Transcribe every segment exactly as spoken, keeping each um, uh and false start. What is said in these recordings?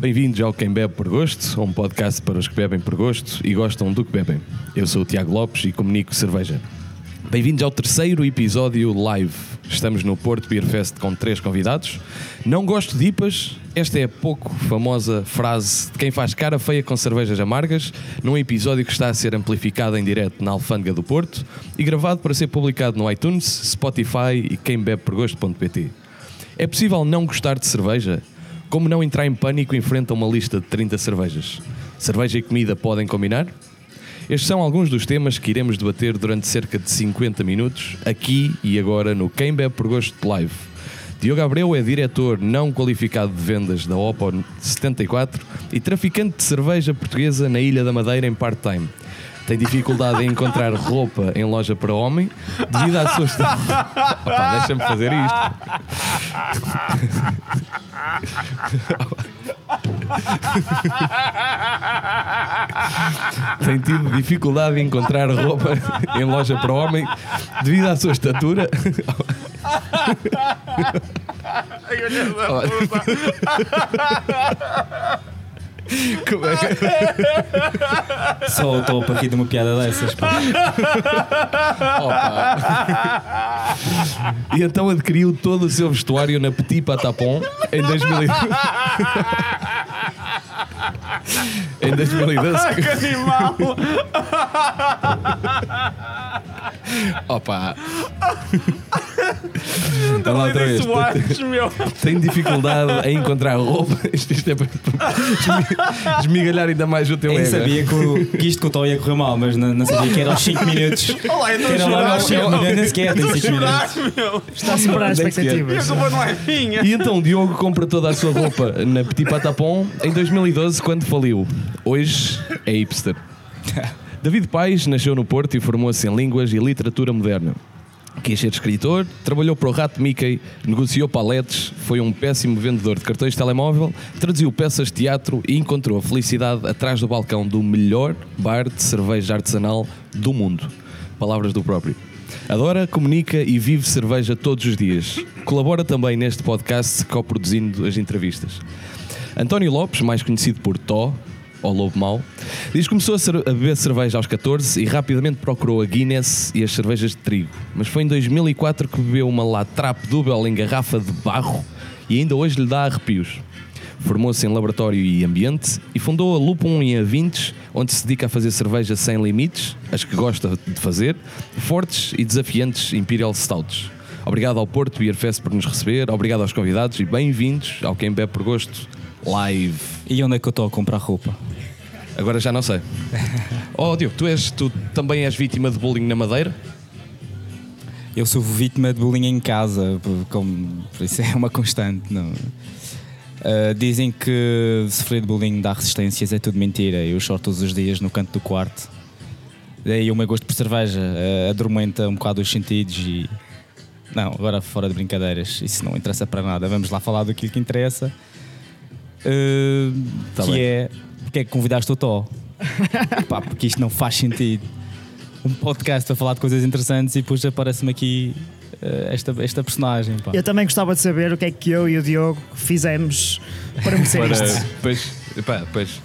Bem-vindos ao Quem Bebe por Gosto, um podcast para os que bebem por gosto e gostam do que bebem. Eu sou o Tiago Lopes e comunico cerveja. Bem-vindos ao terceiro episódio live. Estamos no Porto Beer Fest com três convidados. Não gosto de I P As. Esta é a pouco famosa frase de quem faz cara feia com cervejas amargas, num episódio que está a ser amplificado em direto na Alfândega do Porto e gravado para ser publicado no iTunes, Spotify e quem bebe por gosto ponto pt. É possível não gostar de cerveja? Como não entrar em pânico em frente a uma lista de trinta cervejas? Cerveja e comida podem combinar? Estes são alguns dos temas que iremos debater durante cerca de cinquenta minutos, aqui e agora no Quem Bebe por Gosto Live. Diogo Abreu é diretor não qualificado de vendas da Oppo setenta e quatro e traficante de cerveja portuguesa na Ilha da Madeira em part-time. Tem dificuldade em encontrar roupa em loja para homem devido à sua... Opa, deixa-me fazer isto. Tem tido dificuldade em encontrar roupa em loja para homem devido à sua estatura. Como é? Só o topo aqui de uma piada dessas. Pá. Opa. E então adquiriu todo o seu vestuário na Petit Patapon em dois mil e doze. Em dois mil e doze. Ai, que animal! Opa! Então lá outra vez. Tem dificuldade em encontrar roupa. Isto, isto é para esmigalhar ainda mais o teu Eu ego. sabia que, o, que isto com o Tó ia correr mal, mas não, não sabia que era aos cinco minutos. Olá, eu Que era estou a logo aos chorar, cinco meu. minutos. Nem sequer tem Estou a cinco chorar, minutos. meu. Está a superar as Onde é que é? E a expectativas. culpa não é minha. E então Diogo compra toda a sua roupa na Petit Patapon em dois mil e doze, quando faliu. Hoje é hipster. David Paes nasceu no Porto e formou-se em Línguas e Literatura Moderna. Quis ser escritor, trabalhou para o Rato Mickey, negociou paletes, foi um péssimo vendedor de cartões de telemóvel, traduziu peças de teatro e encontrou a felicidade atrás do balcão do melhor bar de cerveja artesanal do mundo. Palavras do próprio. Adora, comunica e vive cerveja todos os dias. Colabora também neste podcast, coproduzindo as entrevistas. António Lopes, mais conhecido por Tó, ou Lobo Mau, diz que começou a, cer- a beber cerveja aos catorze e rapidamente procurou a Guinness e as cervejas de trigo. Mas foi em dois mil e quatro que bebeu uma Latrap Double em garrafa de barro e ainda hoje lhe dá arrepios. Formou-se em laboratório e ambiente e fundou a Lupum em Avintes, onde se dedica a fazer cerveja sem limites, as que gosta de fazer, fortes e desafiantes Imperial Stouts. Obrigado ao Porto Beer Fest por nos receber, obrigado aos convidados e bem-vindos ao Quem Bebe por Gosto Live. E onde é que eu estou a comprar roupa? Agora já não sei. Oh Diogo, tu, és, tu também és vítima de bullying na Madeira? Eu sou vítima de bullying em casa, por- como, por isso é uma constante. Não? Uh, dizem que sofrer de bullying dá resistências, é tudo mentira. Eu choro todos os dias no canto do quarto. Daí o meu gosto por cerveja uh, adormenta um bocado os sentidos e... Não, agora fora de brincadeiras, isso não interessa para nada. Vamos lá falar do que interessa. Uh, Tá que bem. é... Porque é que convidaste o Tó? Pá, porque isto não faz sentido. Um podcast a falar de coisas interessantes e depois aparece-me aqui uh, esta, esta personagem. Pá. Eu também gostava de saber o que é que eu e o Diogo fizemos para merecer Para, isto. pois, epá, pois.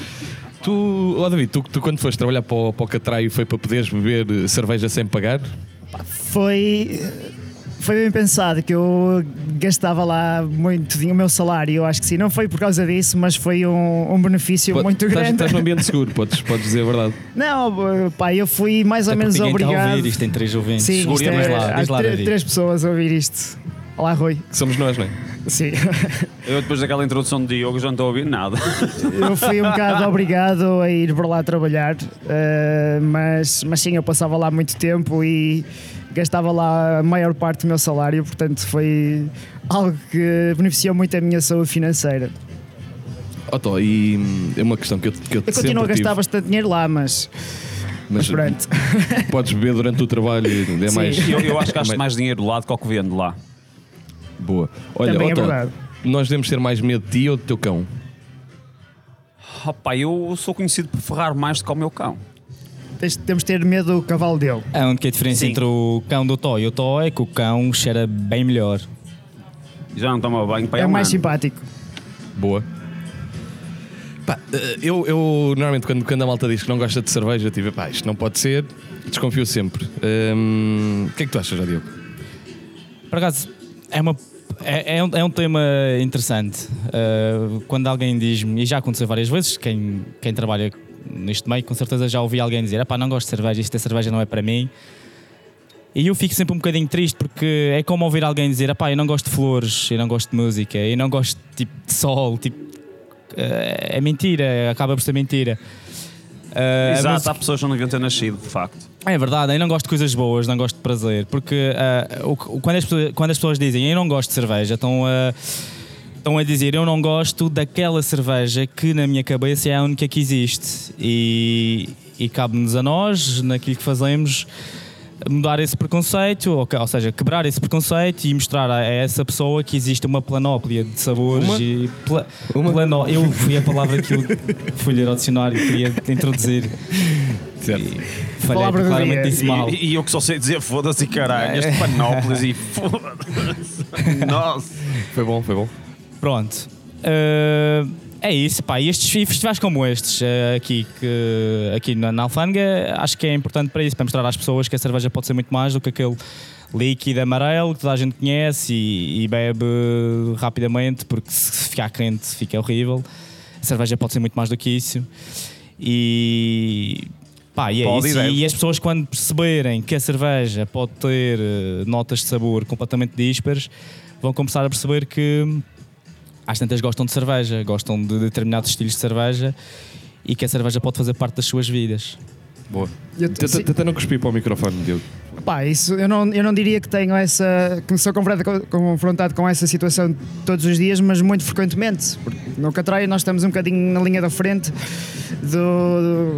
Tu, oh David, tu, tu quando foste trabalhar para o, para o Catraio foi para poderes beber cerveja sem pagar? Foi, foi bem pensado que eu gastava lá muito dinheiro, o meu salário, eu acho que sim. Não foi por causa disso, mas foi um, um benefício Pode- muito estás, grande. estás num ambiente seguro, podes, podes dizer a verdade. Não, pá, eu fui mais ou Até menos porque ninguém está a obrigado. ouvir, isto tem três ouvintes. Sim, isto Segura, é, mas lá, há diz lá, tre- David. três pessoas a ouvir isto. Olá, Rui. Que somos nós, não é? Sim. Eu depois daquela introdução de Diogo já não estou a ouvir nada. Eu fui um bocado obrigado a ir para lá trabalhar, eh, mas, mas sim, eu passava lá muito tempo e gastava lá a maior parte do meu salário, portanto foi algo que beneficiou muito a minha saúde financeira. Oh, Tó, e hum, é uma questão que eu, que eu, Eu continuo a sempre gastar tive, bastante dinheiro lá, mas, mas mas pronto. podes beber durante o trabalho, é Sim. mais... Eu, eu acho que gasto mais- mais dinheiro lá do que o que vendo lá. Boa. Olha, Também oh, é Tó, verdade. nós devemos ter mais medo de ti ou do teu cão? Opa, eu sou conhecido por ferrar mais do que o meu cão. Tens- Temos de ter medo do cavalo dele. A única diferença Sim. entre o cão do Tó e o Tó é que o cão cheira bem melhor. Já não toma banho para É um mais ano. simpático. Boa. Pá, eu, eu normalmente quando, quando a malta diz que não gosta de cerveja, eu tive, pá, isto não pode ser, desconfio sempre. Hum, o que é que tu achas, Diogo? Por acaso, é, uma, é, é, um, é um tema interessante. Uh, quando alguém diz-me, e já aconteceu várias vezes, quem, quem trabalha neste meio, com certeza já ouvi alguém dizer: pá, não gosto de cerveja, isto é cerveja não é para mim. E eu fico sempre um bocadinho triste, porque é como ouvir alguém dizer: pá, eu não gosto de flores, eu não gosto de música, eu não gosto tipo, de sol, tipo. É mentira, acaba por ser mentira. Uh, Exato, música... há pessoas que não deviam ter nascido, de facto. É verdade, eu não gosto de coisas boas, não gosto de prazer. Porque uh, o, quando, as pessoas, quando as pessoas dizem eu não gosto de cerveja, estão a, estão a dizer eu não gosto daquela cerveja que na minha cabeça é a única que existe. E, e cabe-nos a nós, naquilo que fazemos, mudar esse preconceito, ou, ou seja, quebrar esse preconceito e mostrar a, a essa pessoa que existe uma panóplia de sabores. Uma? E pla, Uma? Plano, eu fui a palavra que eu fui ler ao dicionário, queria introduzir. Certo. E falhei, Palavra do claramente dia. disse mal. E, e eu que só sei dizer foda-se e caralho, este panópolis e foda-se. Nossa. Foi bom, foi bom. Pronto. Uh, é isso, pá. E estes e festivais como estes uh, aqui, que, aqui na, na Alfândega, acho que é importante para isso, para mostrar às pessoas que a cerveja pode ser muito mais do que aquele líquido amarelo que toda a gente conhece e, e bebe rapidamente, porque se ficar quente fica horrível. A cerveja pode ser muito mais do que isso. E... Pá, e, é isso. E, e as pessoas, quando perceberem que a cerveja pode ter uh, notas de sabor completamente díspares, vão começar a perceber que às tantas gostam de cerveja, gostam de determinados estilos de cerveja e que a cerveja pode fazer parte das suas vidas. Boa. Eu- Tenta sim. tenta não cuspir para o microfone, Diogo. Pá, isso eu não, eu não diria que tenho essa. que sou confrontado, confrontado com essa situação todos os dias, mas muito frequentemente. Porque no Catraia nós estamos um bocadinho na linha da frente do.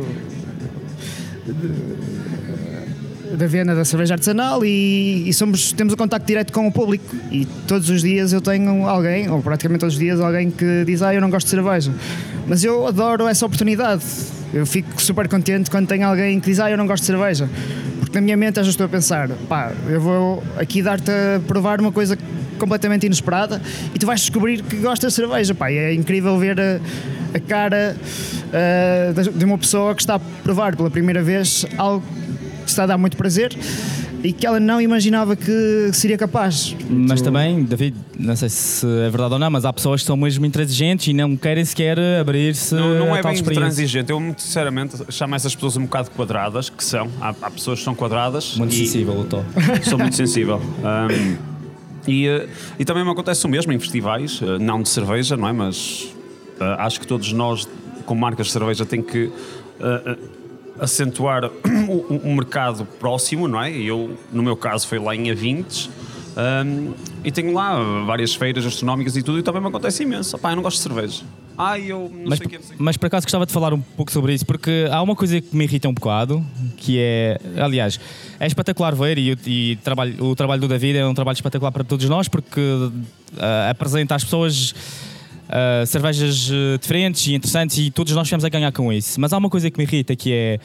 do- da venda da cerveja artesanal e, e somos, temos um contacto direto com o público e todos os dias eu tenho alguém, ou praticamente todos os dias alguém que diz: ah, eu não gosto de cerveja, mas eu adoro essa oportunidade, eu fico super contente quando tem alguém que diz: ah, eu não gosto de cerveja, porque na minha mente eu já estou a pensar: pá, eu vou aqui dar-te a provar uma coisa completamente inesperada e tu vais descobrir que gostas de cerveja, pá, e é incrível ver a, a cara uh, de uma pessoa que está a provar pela primeira vez algo que está a dar muito prazer e que ela não imaginava que seria capaz. Mas também, David, não sei se é verdade ou não, mas há pessoas que são mesmo intransigentes e não querem sequer abrir-se Não, não a é tal bem experiência. transigente, eu muito sinceramente chamo essas pessoas um bocado quadradas, que são, há, há pessoas que são quadradas Muito e sensível o Tó. sou muito sensível. Um, e, eh, e também me acontece o mesmo em festivais, eh, não de cerveja, não é? Mas eh, acho que todos nós, como marcas de cerveja, tem que eh, eh, acentuar o, o mercado próximo, não é? E eu, no meu caso, foi lá em Avintes. Um, e tenho lá várias feiras gastronómicas e tudo, e também me acontece imenso. Pá, eu não gosto de cerveja. Ah, eu não Mas, sei o que, não sei o quê. mas por acaso gostava de falar um pouco sobre isso, porque há uma coisa que me irrita um bocado, que é, aliás, é espetacular ver, e, e trabalho, o trabalho do David é um trabalho espetacular para todos nós, porque uh, apresenta às pessoas uh, cervejas uh, diferentes e interessantes, e todos nós ficamos a ganhar com isso. Mas há uma coisa que me irrita, que é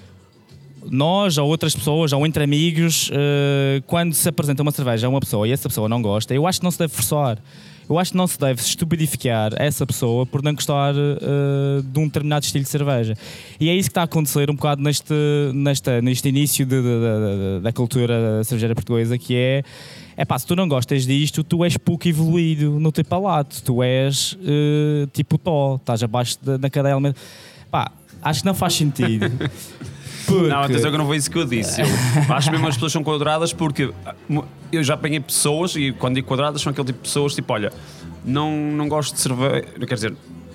nós ou outras pessoas, ou entre amigos, uh, quando se apresenta uma cerveja a uma pessoa e essa pessoa não gosta, eu acho que não se deve forçar. Eu acho que não se deve estupidificar essa pessoa por não gostar uh, de um determinado estilo de cerveja. E é isso que está a acontecer um bocado neste, nesta, neste início de, de, de, da cultura cervejeira portuguesa, que é, é pá, se tu não gostas disto, tu és pouco evoluído no teu palato, tu és uh, tipo Tó, estás abaixo da, da cadeia. Pá, acho que não faz sentido. Porque... Não, atenção que não foi isso que eu disse. Eu acho mesmo que as pessoas são quadradas porque eu já apanhei pessoas, e quando digo quadradas são aquele tipo de pessoas tipo, olha, não, não gosto de cerveja, quer dizer,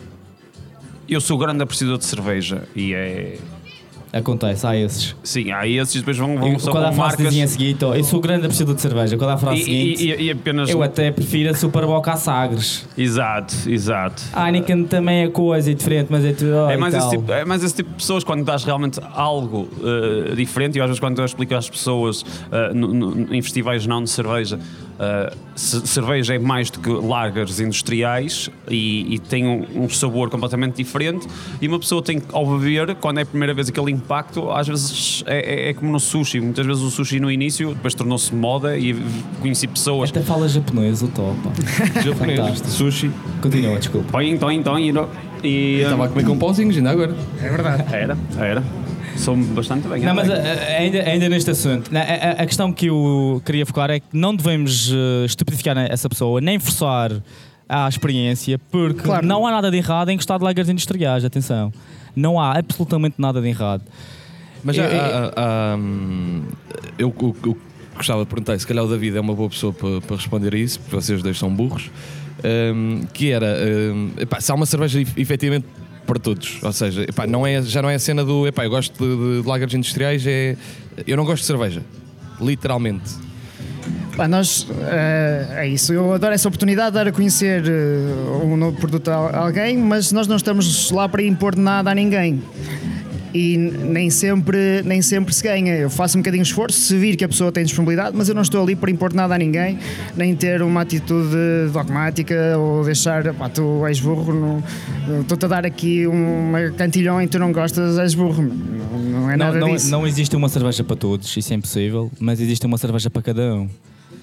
eu sou grande apreciador de cerveja e é... Acontece, há esses. Sim, há esses e depois vão, vão Eu, só quando com a frase marcas dizia a seguinte, oh, eu sou grande apreciador de cerveja. Quando a frase e, seguinte, e, e, e apenas... eu até prefiro a Superboc à Sagres. Exato, exato. A Heineken também é coisa, é diferente, mas é tudo. Oh, É mais, e esse tal. tipo, é mais esse tipo de pessoas quando dás realmente algo uh, diferente, e às vezes quando eu explico às pessoas uh, no, no, em festivais não de cerveja, Uh, cerveja é mais do que lagers industriais e, e tem um, um sabor completamente diferente, e uma pessoa tem que, ao beber, quando é a primeira vez aquele impacto, às vezes é, é, é como no sushi. Muitas vezes o sushi no início depois tornou-se moda e conheci pessoas. Até fala japonês, o top. Japonês, sushi. Continua, desculpa. Põe, então, então, e, e Estava a comer com pauzinhos ainda agora. É verdade. Era, era. Sou bastante bem. Não, mas a, a, ainda, ainda neste assunto, a, a, a questão que eu queria focar é que não devemos uh, estupidificar essa pessoa, nem forçar a experiência, porque Claro. não há nada de errado em gostar de lagers industriais, atenção. Não há absolutamente nada de errado. Mas Eu- há- há- há, hum, eu, eu, eu gostava de perguntar, se calhar o David é uma boa pessoa para, para responder a isso, porque vocês dois são burros, hum, que era, hum, epá, se há uma cerveja efetivamente para todos, ou seja, epá, não é, já não é a cena do epá, eu gosto de, de lagers industriais, é, eu não gosto de cerveja, literalmente. Pá, nós, eh, é isso, eu adoro essa oportunidade de dar a conhecer eh, um novo produto a alguém, mas nós não estamos lá para impor nada a ninguém. E nem sempre, nem sempre se ganha. Eu faço um bocadinho de esforço se vir que a pessoa tem disponibilidade, mas eu não estou ali para impor nada a ninguém, nem ter uma atitude dogmática ou deixar, pá, tu és burro, não- estou-te a dar aqui uma cantilhão e tu não gostas, és burro. Não, não é Não, nada não, disso. não existe uma cerveja para todos, isso é impossível, mas existe uma cerveja para cada um.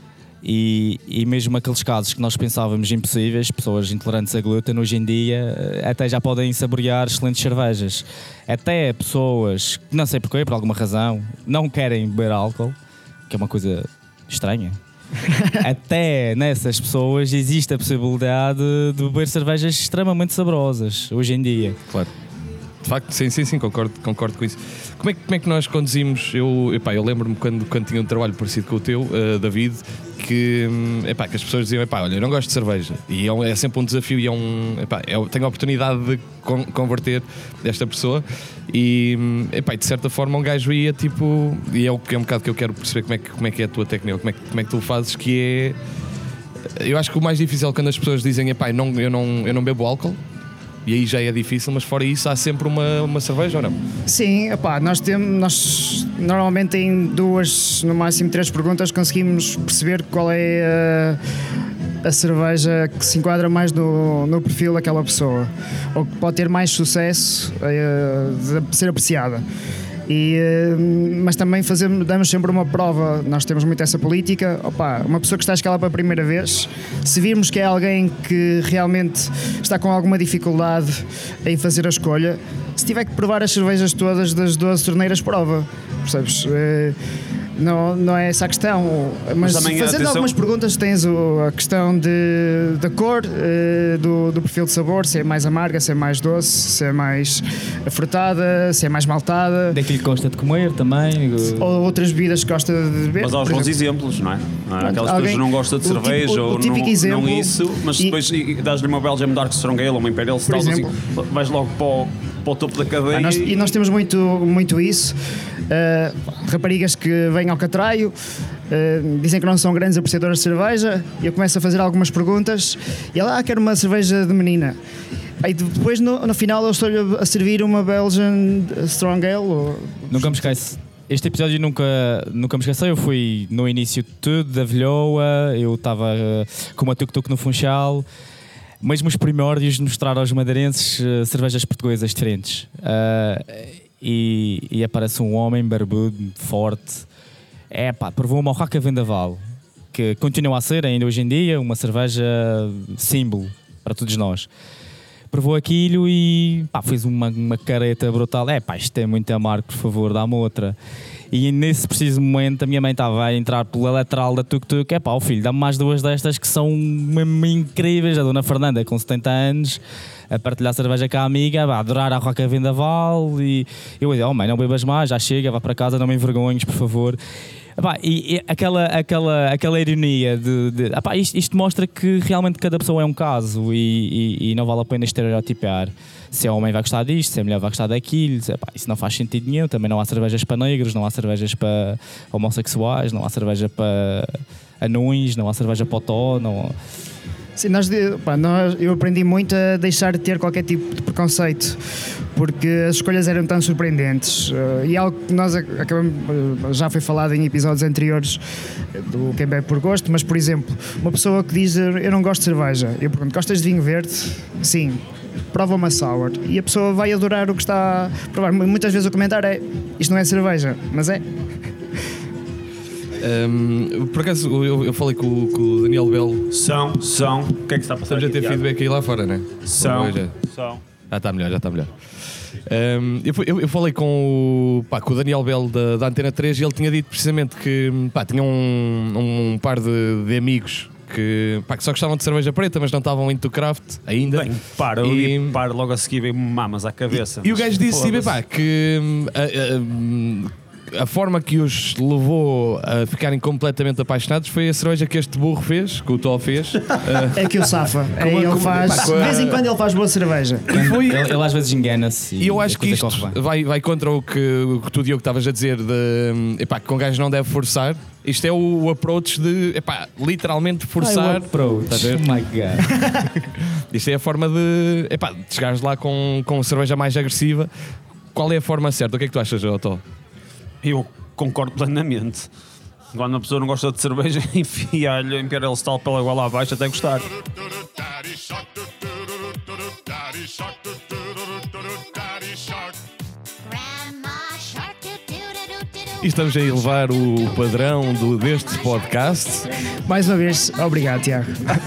E, e mesmo aqueles casos que nós pensávamos impossíveis, pessoas intolerantes a glúten, hoje em dia eh, até já podem saborear excelentes cervejas. Até pessoas que, não sei porquê, por alguma razão, não querem beber álcool, que é uma coisa estranha. Até nessas pessoas existe a possibilidade de beber cervejas extremamente saborosas, hoje em dia. Claro. De facto, sim, sim, sim, concordo, concordo com isso. Como é, que- como é que nós conduzimos? Eu, epá, eu lembro-me quando, quando tinha um trabalho parecido com o teu, uh, David, que, hum, epá, que as pessoas diziam: epá, olha, eu não gosto de cerveja. E é, um- é sempre um desafio e é um, epá, é, tenho a oportunidade de con- converter esta pessoa. E, hum, epá, de certa forma, um gajo ia tipo. E é, o, que é um bocado que eu quero perceber como é que, como é, que é a tua técnica, como é, que- como é que tu fazes, que é. Eu acho que o mais difícil é quando as pessoas dizem: epá, não, eu, não, eu não bebo álcool. E aí já é difícil, mas fora isso há sempre uma, uma cerveja ou não? Sim, epá, nós temos, nós normalmente em duas, no máximo três perguntas conseguimos perceber qual é a, a cerveja que se enquadra mais no, no perfil daquela pessoa, ou que pode ter mais sucesso eh, de ser apreciada. E, eh, mas também fazemos, damos sempre uma prova, nós temos muito essa política. Opa, uma pessoa que está a escalar pela primeira vez, se virmos que é alguém que realmente está com alguma dificuldade em fazer a escolha, se tiver que provar as cervejas todas das doze torneiras, prova, percebes? Eh, Não, não é essa a questão, mas, Mas também, fazendo atenção- algumas perguntas, tens o- a questão de, da cor, eh, do, do perfil de sabor, se é mais amarga, se é mais doce, se é mais afrutada, se é mais maltada, Daquilo que gosta de comer também. ou outras bebidas que gosta de beber. Mas há os por bons exemplo. exemplos, não é? Aquelas alguém- pessoas que não gostam de o tipo- cerveja o- o ou típico não, exemplo- não isso, mas e- depois e, dás-lhe uma Belgian Dark Strong Ale ou uma Imperial Stout, assim, exemplo. vais logo para o, para o topo da cadeia. Ah, nós- e- e nós temos muito, muito isso. Uh, raparigas que vêm ao Catraio, uh, dizem que não são grandes apreciadoras de cerveja, e eu começo a fazer algumas perguntas e ela, ah, quero uma cerveja de menina. Aí depois no, no final eu estou-lhe a servir uma Belgian Strong Ale. Ou... Nunca me esqueço. Este episódio nunca, nunca me esqueci. Eu fui no início de tudo, da Vilhoa, eu estava uh, com uma tuk-tuk no Funchal. Mesmo os primórdios de mostrar aos madeirenses uh, cervejas portuguesas diferentes. Uh, e, e aparece um homem barbudo, forte. É pá, provou uma Roca Vendaval, que continua a ser ainda hoje em dia uma cerveja símbolo para todos nós. Provou aquilo e pá, fez uma, uma careta brutal. É pá, isto é muito amargo, por favor, dá-me outra. E nesse preciso momento a minha mãe estava a entrar pela lateral da tuk-tuk. É pá, o filho, dá-me mais duas destas que são mesmo incríveis. A dona Fernanda com setenta anos a partilhar cerveja com a amiga, a adorar a Roca Vendaval. E eu disse: oh mãe, não bebas mais, já chega, vá para casa, não me envergonhes, por favor. Epá, e, e aquela, aquela, aquela ironia de, de epá, isto, isto mostra que realmente cada pessoa é um caso e, e, e não vale a pena estereotipar se é homem vai gostar disto, se é mulher vai gostar daquilo. Epá, isso não faz sentido nenhum. Também não há cervejas para negros, não há cervejas para homossexuais, não há cerveja para anões, não há cerveja para otó, não... Sim, nós, pá, nós, eu aprendi muito a deixar de ter qualquer tipo de preconceito, porque as escolhas eram tão surpreendentes. Uh, e algo que nós ac- acabamos, uh, já foi falado em episódios anteriores do Quem Bebe por Gosto, mas, por exemplo, uma pessoa que diz eu não gosto de cerveja, eu pergunto, gostas de vinho verde? Sim. Prova uma sour. E a pessoa vai adorar o que está a provar. Muitas vezes o comentário é isto não é cerveja, mas é. Um, por acaso eu, eu falei com, com o Daniel Bell. São, são. O que é que está a passar? Estamos a ter aqui, feedback aí lá fora, não é? São, Hoje é. são. Já está melhor, já está melhor. Um, eu, eu, eu falei com o, pá, com o Daniel Bell da, da Antena três e ele tinha dito precisamente que pá, tinha um, um par de, de amigos que, pá, que só gostavam de cerveja preta, mas não estavam into craft ainda. Bem, para, e, e... para logo a seguir vem mamas à cabeça. E, e o gajo disse sim, pá, que a, a, a forma que os levou a ficarem completamente apaixonados foi a cerveja que este burro fez, que o Tó fez. É que o safa. É, Como- ele como- faz, pá, de vez em quando ele faz boa cerveja. E foi, Ele, ele às vezes engana-se. E eu a acho que coisa isto corre bem. vai, vai contra o que, o que tu, Diogo, estavas a dizer de epá, que um gajo não deve forçar. Isto é o, o approach de epá, literalmente forçar. Ai, o approach. Estás a ver? Oh my God. Isto é a forma de, epá, de chegares lá com, com cerveja mais agressiva. Qual é a forma certa? O que é que tu achas, Otto? Eu concordo plenamente. Quando uma pessoa não gosta de cerveja, enfia-lhe o Imperial Stout pela goela abaixo até gostar. Daddy shark, daddy shark, daddy shark. Grandma shark doo doo doo doo doo. E estamos a elevar o padrão do, deste podcast. Mais uma vez, obrigado, Tiago.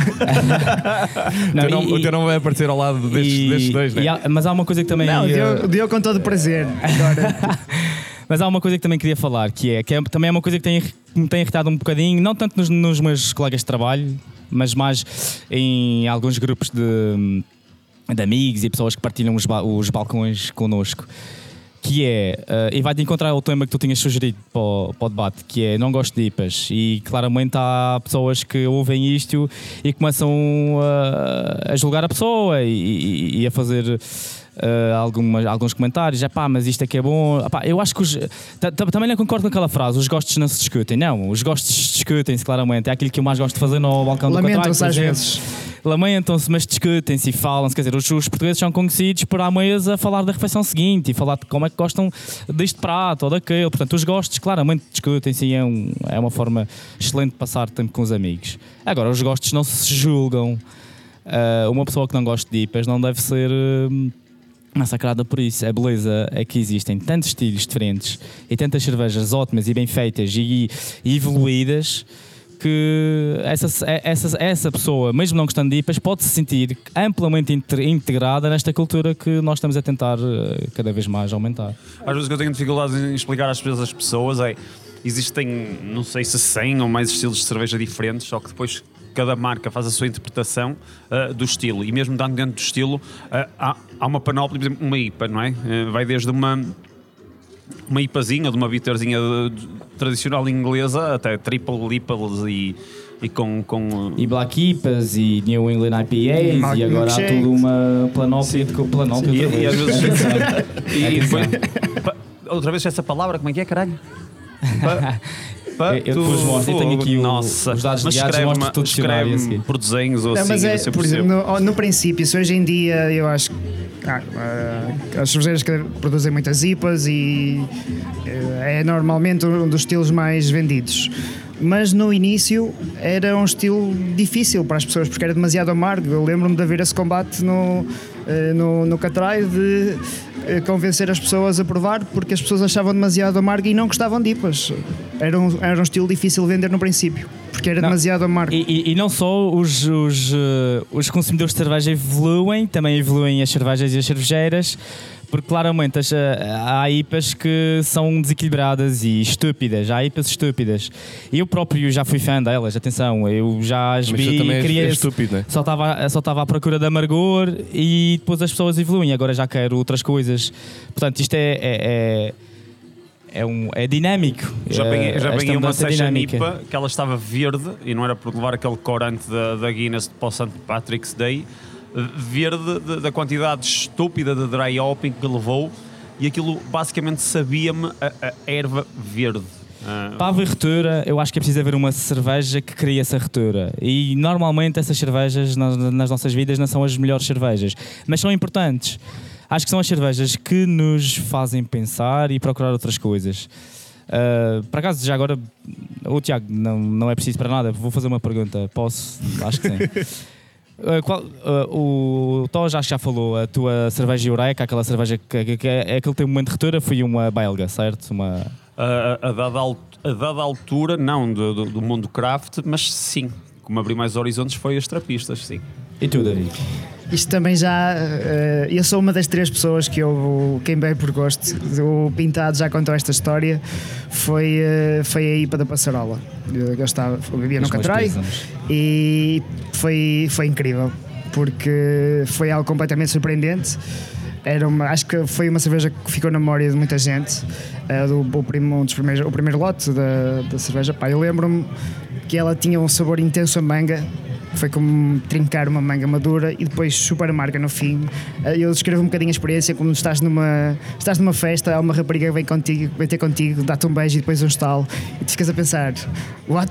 Não, o, teu nome, e- o teu nome vai aparecer ao lado destes, e- destes dois, não e é? há- mas há uma coisa que também. Não, eh, deu, deu com todo o prazer. Agora, Mas há uma coisa que também queria falar, que é que é, também é uma coisa que, tem, que me tem irritado um bocadinho, não tanto nos, nos meus colegas de trabalho, mas mais em alguns grupos de, de amigos e pessoas que partilham os, ba- os balcões connosco. Que é, eh, e vai-te encontrar o tema que tu tinhas sugerido para o, para o debate, que é não gosto de I P As. E claramente há pessoas que ouvem isto e começam a, a julgar a pessoa e, e- e a fazer eh, algumas, alguns comentários. É pá, mas isto é que é bom. Epá, eu acho que os, ta- ta- também não concordo com aquela frase, os gostos não se discutem. Não, os gostos discutem-se claramente. É aquilo que eu mais gosto de fazer no balcão do Catraio, lamentam-se por às exemplo. vezes. Lamentam-se, mas discutem-se e falam-se. Quer dizer, os, os portugueses são conhecidos por à mesa falar da refeição seguinte e falar de como é que gostam deste prato ou daquele. Portanto, os gostos claramente discutem-se e é, um, é uma forma excelente de passar tempo com os amigos. Agora, os gostos não se julgam. Ah, uma pessoa que não gosta de I P As não deve ser hum, massacrada por isso. A beleza é que existem tantos estilos diferentes e tantas cervejas ótimas e bem feitas e, e evoluídas, que essa, essa, essa pessoa, mesmo não gostando de I P As, pode se sentir amplamente inte- integrada nesta cultura que nós estamos a tentar eh, cada vez mais aumentar. Às vezes o que eu tenho dificuldade em explicar às vezes às pessoas é existem, não sei se cem ou mais estilos de cerveja diferentes, só que depois cada marca faz a sua interpretação uh, do estilo. E mesmo dentro do estilo, uh, há, há uma panóplia, por exemplo, uma I P A, não é? Uh, vai desde uma, uma IPAzinha, de uma bitterzinha de- de- tradicional inglesa, até triple liples e, e com... com E Black I P As e New England I P As Mac- e agora há milkshake. tudo uma planóplia de planóplia E, outra e às vez. vezes... Atenção. e, e depois, Atenção. pa- outra vez essa palavra, como é que é, caralho? Pa- pa- Eu- eu depois mostro, eu tenho aqui o- Nossa, os dados mas ligados, escreve-me- mostro tudo dicionário a seguir. escreve-me por desenhos ou Não, assim, mas a é, ver se eu por exemplo, percebo. no, no princípio, se hoje em dia eu acho que ah, ah, as cervejeiras que produzem muitas I P As e eh, é normalmente um dos estilos mais vendidos. Mas no início era um estilo difícil para as pessoas porque era demasiado amargo. Eu lembro-me de haver esse combate no, eh, no, no Catraio de eh, convencer as pessoas a provar porque as pessoas achavam demasiado amargo e não gostavam de I P As. Era um, era um estilo difícil de vender no princípio porque era Não. demasiado amargo. E, e- e não só os, os, eh, os consumidores de cerveja evoluem, também evoluem as cervejas e as cervejeiras, porque claramente as, eh, há I P As que são desequilibradas e estúpidas, há I P As estúpidas. Eu próprio já fui fã delas, atenção, eu já as Mas vi tu também és, queria- és estúpido, não é? só estava só estava à procura de amargor e depois as pessoas evoluem, agora já quero outras coisas. Portanto, isto é, é, é, é, um, é dinâmico. Já peguei, Eh, já esta peguei uma mudança session dinâmica. I P A que ela estava verde e não era por levar aquele corante da, da Guinness para o Saint Patrick's Day, eh, verde de- da quantidade estúpida de dry hopping que levou, e aquilo basicamente sabia-me a, a erva verde. Ah, Para haver retura, eu acho que é preciso haver uma cerveja que crie essa retura. E normalmente essas cervejas nas, nas nossas vidas não são as melhores cervejas, mas são importantes. acho que são as cervejas que nos fazem pensar e procurar outras coisas. Uh, por acaso, já agora, o Tiago, não, não é preciso para nada, vou fazer uma pergunta, posso? Acho que sim. Uh, qual, uh, o Tó já, já falou, a tua cerveja Eureka, aquela cerveja que, que, que é aquele teu momento de ruptura, foi uma belga, certo? Uma... A, a, dada, al- a dada altura, não do, do, do mundo craft, mas sim, como abrir mais horizontes foi as trapistas, sim. E tu, David? Isto também já. Uh, eu sou uma das três pessoas que eu. Quem bem por gosto. O Pintado já contou esta história. Foi, uh, foi a I P A da Passarola. Eu, eu, estava, eu vivia no Os meus Catrai pêsames. e foi, foi incrível. Porque foi algo completamente surpreendente. Era uma, acho que foi uma cerveja que ficou na memória de muita gente. Uh, do, o, primo, um dos primeiros, o primeiro lote da, da cerveja. Pá, eu lembro-me que ela tinha um sabor intenso a manga. Foi como trincar uma manga madura e depois super amarga no fim. Eu descrevo um bocadinho a experiência como estás numa, estás numa festa, há uma rapariga que vem contigo, vem ter contigo, dá-te um beijo e depois um estalo e tu ficas a pensar, what?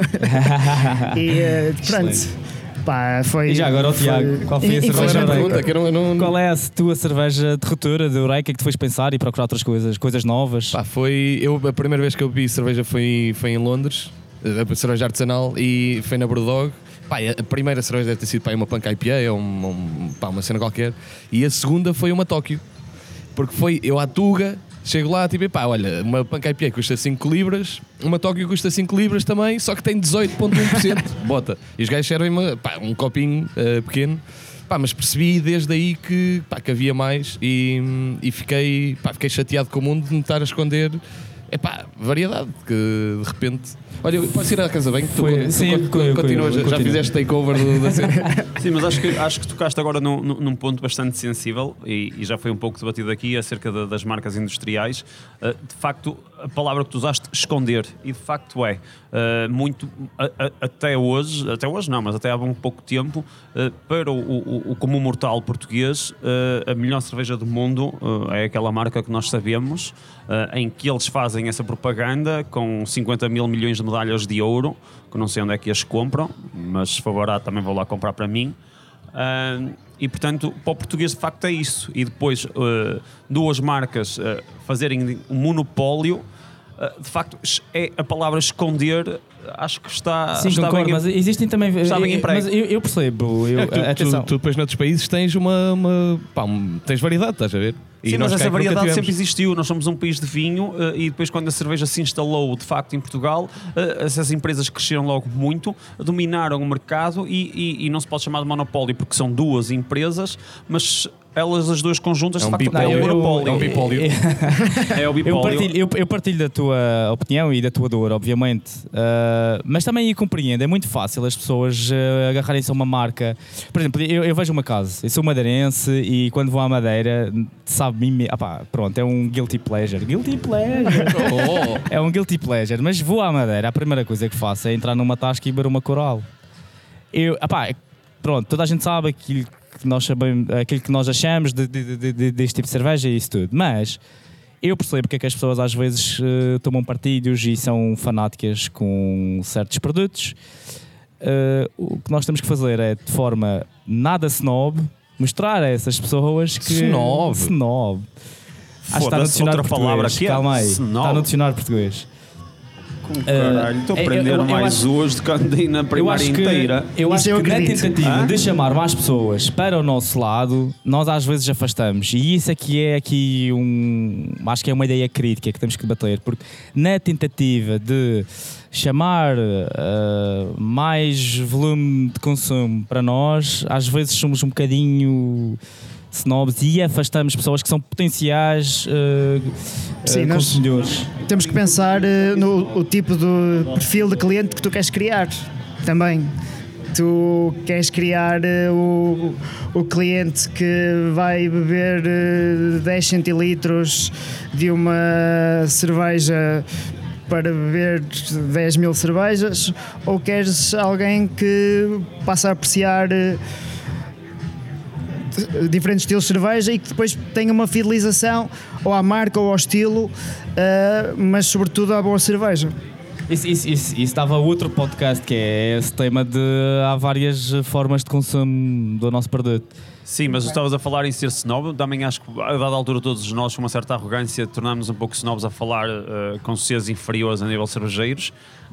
E uh, pronto. Pá, foi, E já agora, o Tiago, qual foi a e- cerveja infelizmente- Eureka? Pergunta, que eu não, eu não- Qual é a tua cerveja de ruptura de Eureka que te fez pensar e procurar outras coisas, coisas novas? Pá, foi. Eu, a primeira vez que eu bebi cerveja foi, foi em Londres, a cerveja artesanal, e foi na Brewdog. Pá, a primeira cerveja deve ter sido pá, uma Punk I P A ou uma, um, pá, uma cena qualquer. E a segunda foi uma Tóquio. Porque foi eu à Tuga, chego lá, tipo, pá, olha, uma Punk I P A custa cinco libras, uma Tóquio custa cinco libras também, só que tem dezoito vírgula um por cento. Bota. E os gajos servem uma, pá, um copinho uh, pequeno. Pá, mas percebi desde aí que, pá, que havia mais e, e fiquei, pá, fiquei chateado com o mundo de me estar a esconder. É pá, variedade, que de repente. Olha, eu posso ir à casa bem? Que tu, Foi- tu sim, con- eu- con- eu- continuas, eu- eu já continuo. fizeste takeover do- da cena. Sim, mas acho que, acho que tocaste agora num, num- num ponto bastante sensível e, e já foi um pouco debatido aqui acerca da- das marcas industriais. Uh, de facto, a palavra que tu usaste, esconder, e de facto é uh, muito, a- a- até hoje, até hoje não, mas até há um pouco tempo, uh, para o, o, o comum mortal português, uh, a melhor cerveja do mundo uh, é aquela marca que nós sabemos, uh, em que eles fazem essa propaganda com cinquenta mil milhões de medalhas de ouro, que não sei onde é que as compram, mas se for barato também vou lá comprar para mim. Uh, e portanto, para o português de facto é isso. E depois uh, duas marcas uh, fazerem um monopólio, uh, de facto é a palavra esconder, acho que está, Sim, está concordo, bem. mas existem também. está bem eu- emprego. mas eu, eu percebo. Eu, É que tu, atenção. tu, tu depois noutros países tens uma. uma pá, um- tens variedade, estás a ver? E Sim, nós mas cá essa é que nunca variedade tivemos. sempre existiu. Nós somos um país de vinho uh, e depois, quando a cerveja se instalou de facto em Portugal, uh, essas empresas cresceram logo muito, dominaram o mercado e, e- e não se pode chamar de monopólio porque são duas empresas, mas elas, as duas conjuntas, É um de facto, bipólio. têm um eu- eu- monopólio. É um bipólio. É o Eu bipólio. partilho, eu, eu partilho da tua opinião e da tua dor, obviamente, Uh, mas também compreendo, é muito fácil as pessoas uh, agarrarem-se a uma marca. Por exemplo, eu, eu vejo uma casa, eu sou madeirense e quando vou à Madeira, sabe-me, ah pá, pronto, é um guilty pleasure. Guilty pleasure! Oh, É um guilty pleasure, mas vou à Madeira, a primeira coisa que faço é entrar numa tasca e beber uma coral. Eu, ah pá, pronto, toda a gente sabe aquilo que nós, sabemos, aquilo que nós achamos de, de, de, de, deste tipo de cerveja e isso tudo, mas eu percebo porque é que as pessoas às vezes uh, tomam partidos e são fanáticas com certos produtos. Uh, o que nós temos que fazer é, de forma nada snob, mostrar a essas pessoas que... Snob? Snob. Acho que está no Foda-se, dicionário outra palavra português. que é Calma aí. snob. Está no dicionário português. Caralho, estou a eu- aprender eu- eu mais acho- hoje do que andei na Eu primária acho que, inteira. eu acho Isso eu que na acredito. tentativa Hã? de chamar mais pessoas para o nosso lado, nós às vezes afastamos. E isso aqui é aqui um. Acho que é uma ideia crítica que temos que debater, porque na tentativa de chamar uh, mais volume de consumo para nós, às vezes somos um bocadinho snobs e afastamos pessoas que são potenciais uh, Sim, uh, nós- consumidores. Temos que pensar eh, no o tipo de perfil de cliente que tu queres criar também. Tu queres criar eh, o, o cliente que vai beber eh, dez centilitros de uma cerveja para beber dez mil cervejas, ou queres alguém que passa a apreciar eh, diferentes estilos de cerveja e que depois tenha uma fidelização ou à marca ou ao estilo, uh, mas sobretudo à boa cerveja. Isso, isso, isso, isso dava outro podcast, que é esse tema de há várias formas de consumo do nosso produto. Sim, mas tu estavas a falar em ser snob. Também acho que, a dada altura, todos nós, com uma certa arrogância, tornámos um pouco snobs a falar uh, com seres inferiores a nível cervejeiros.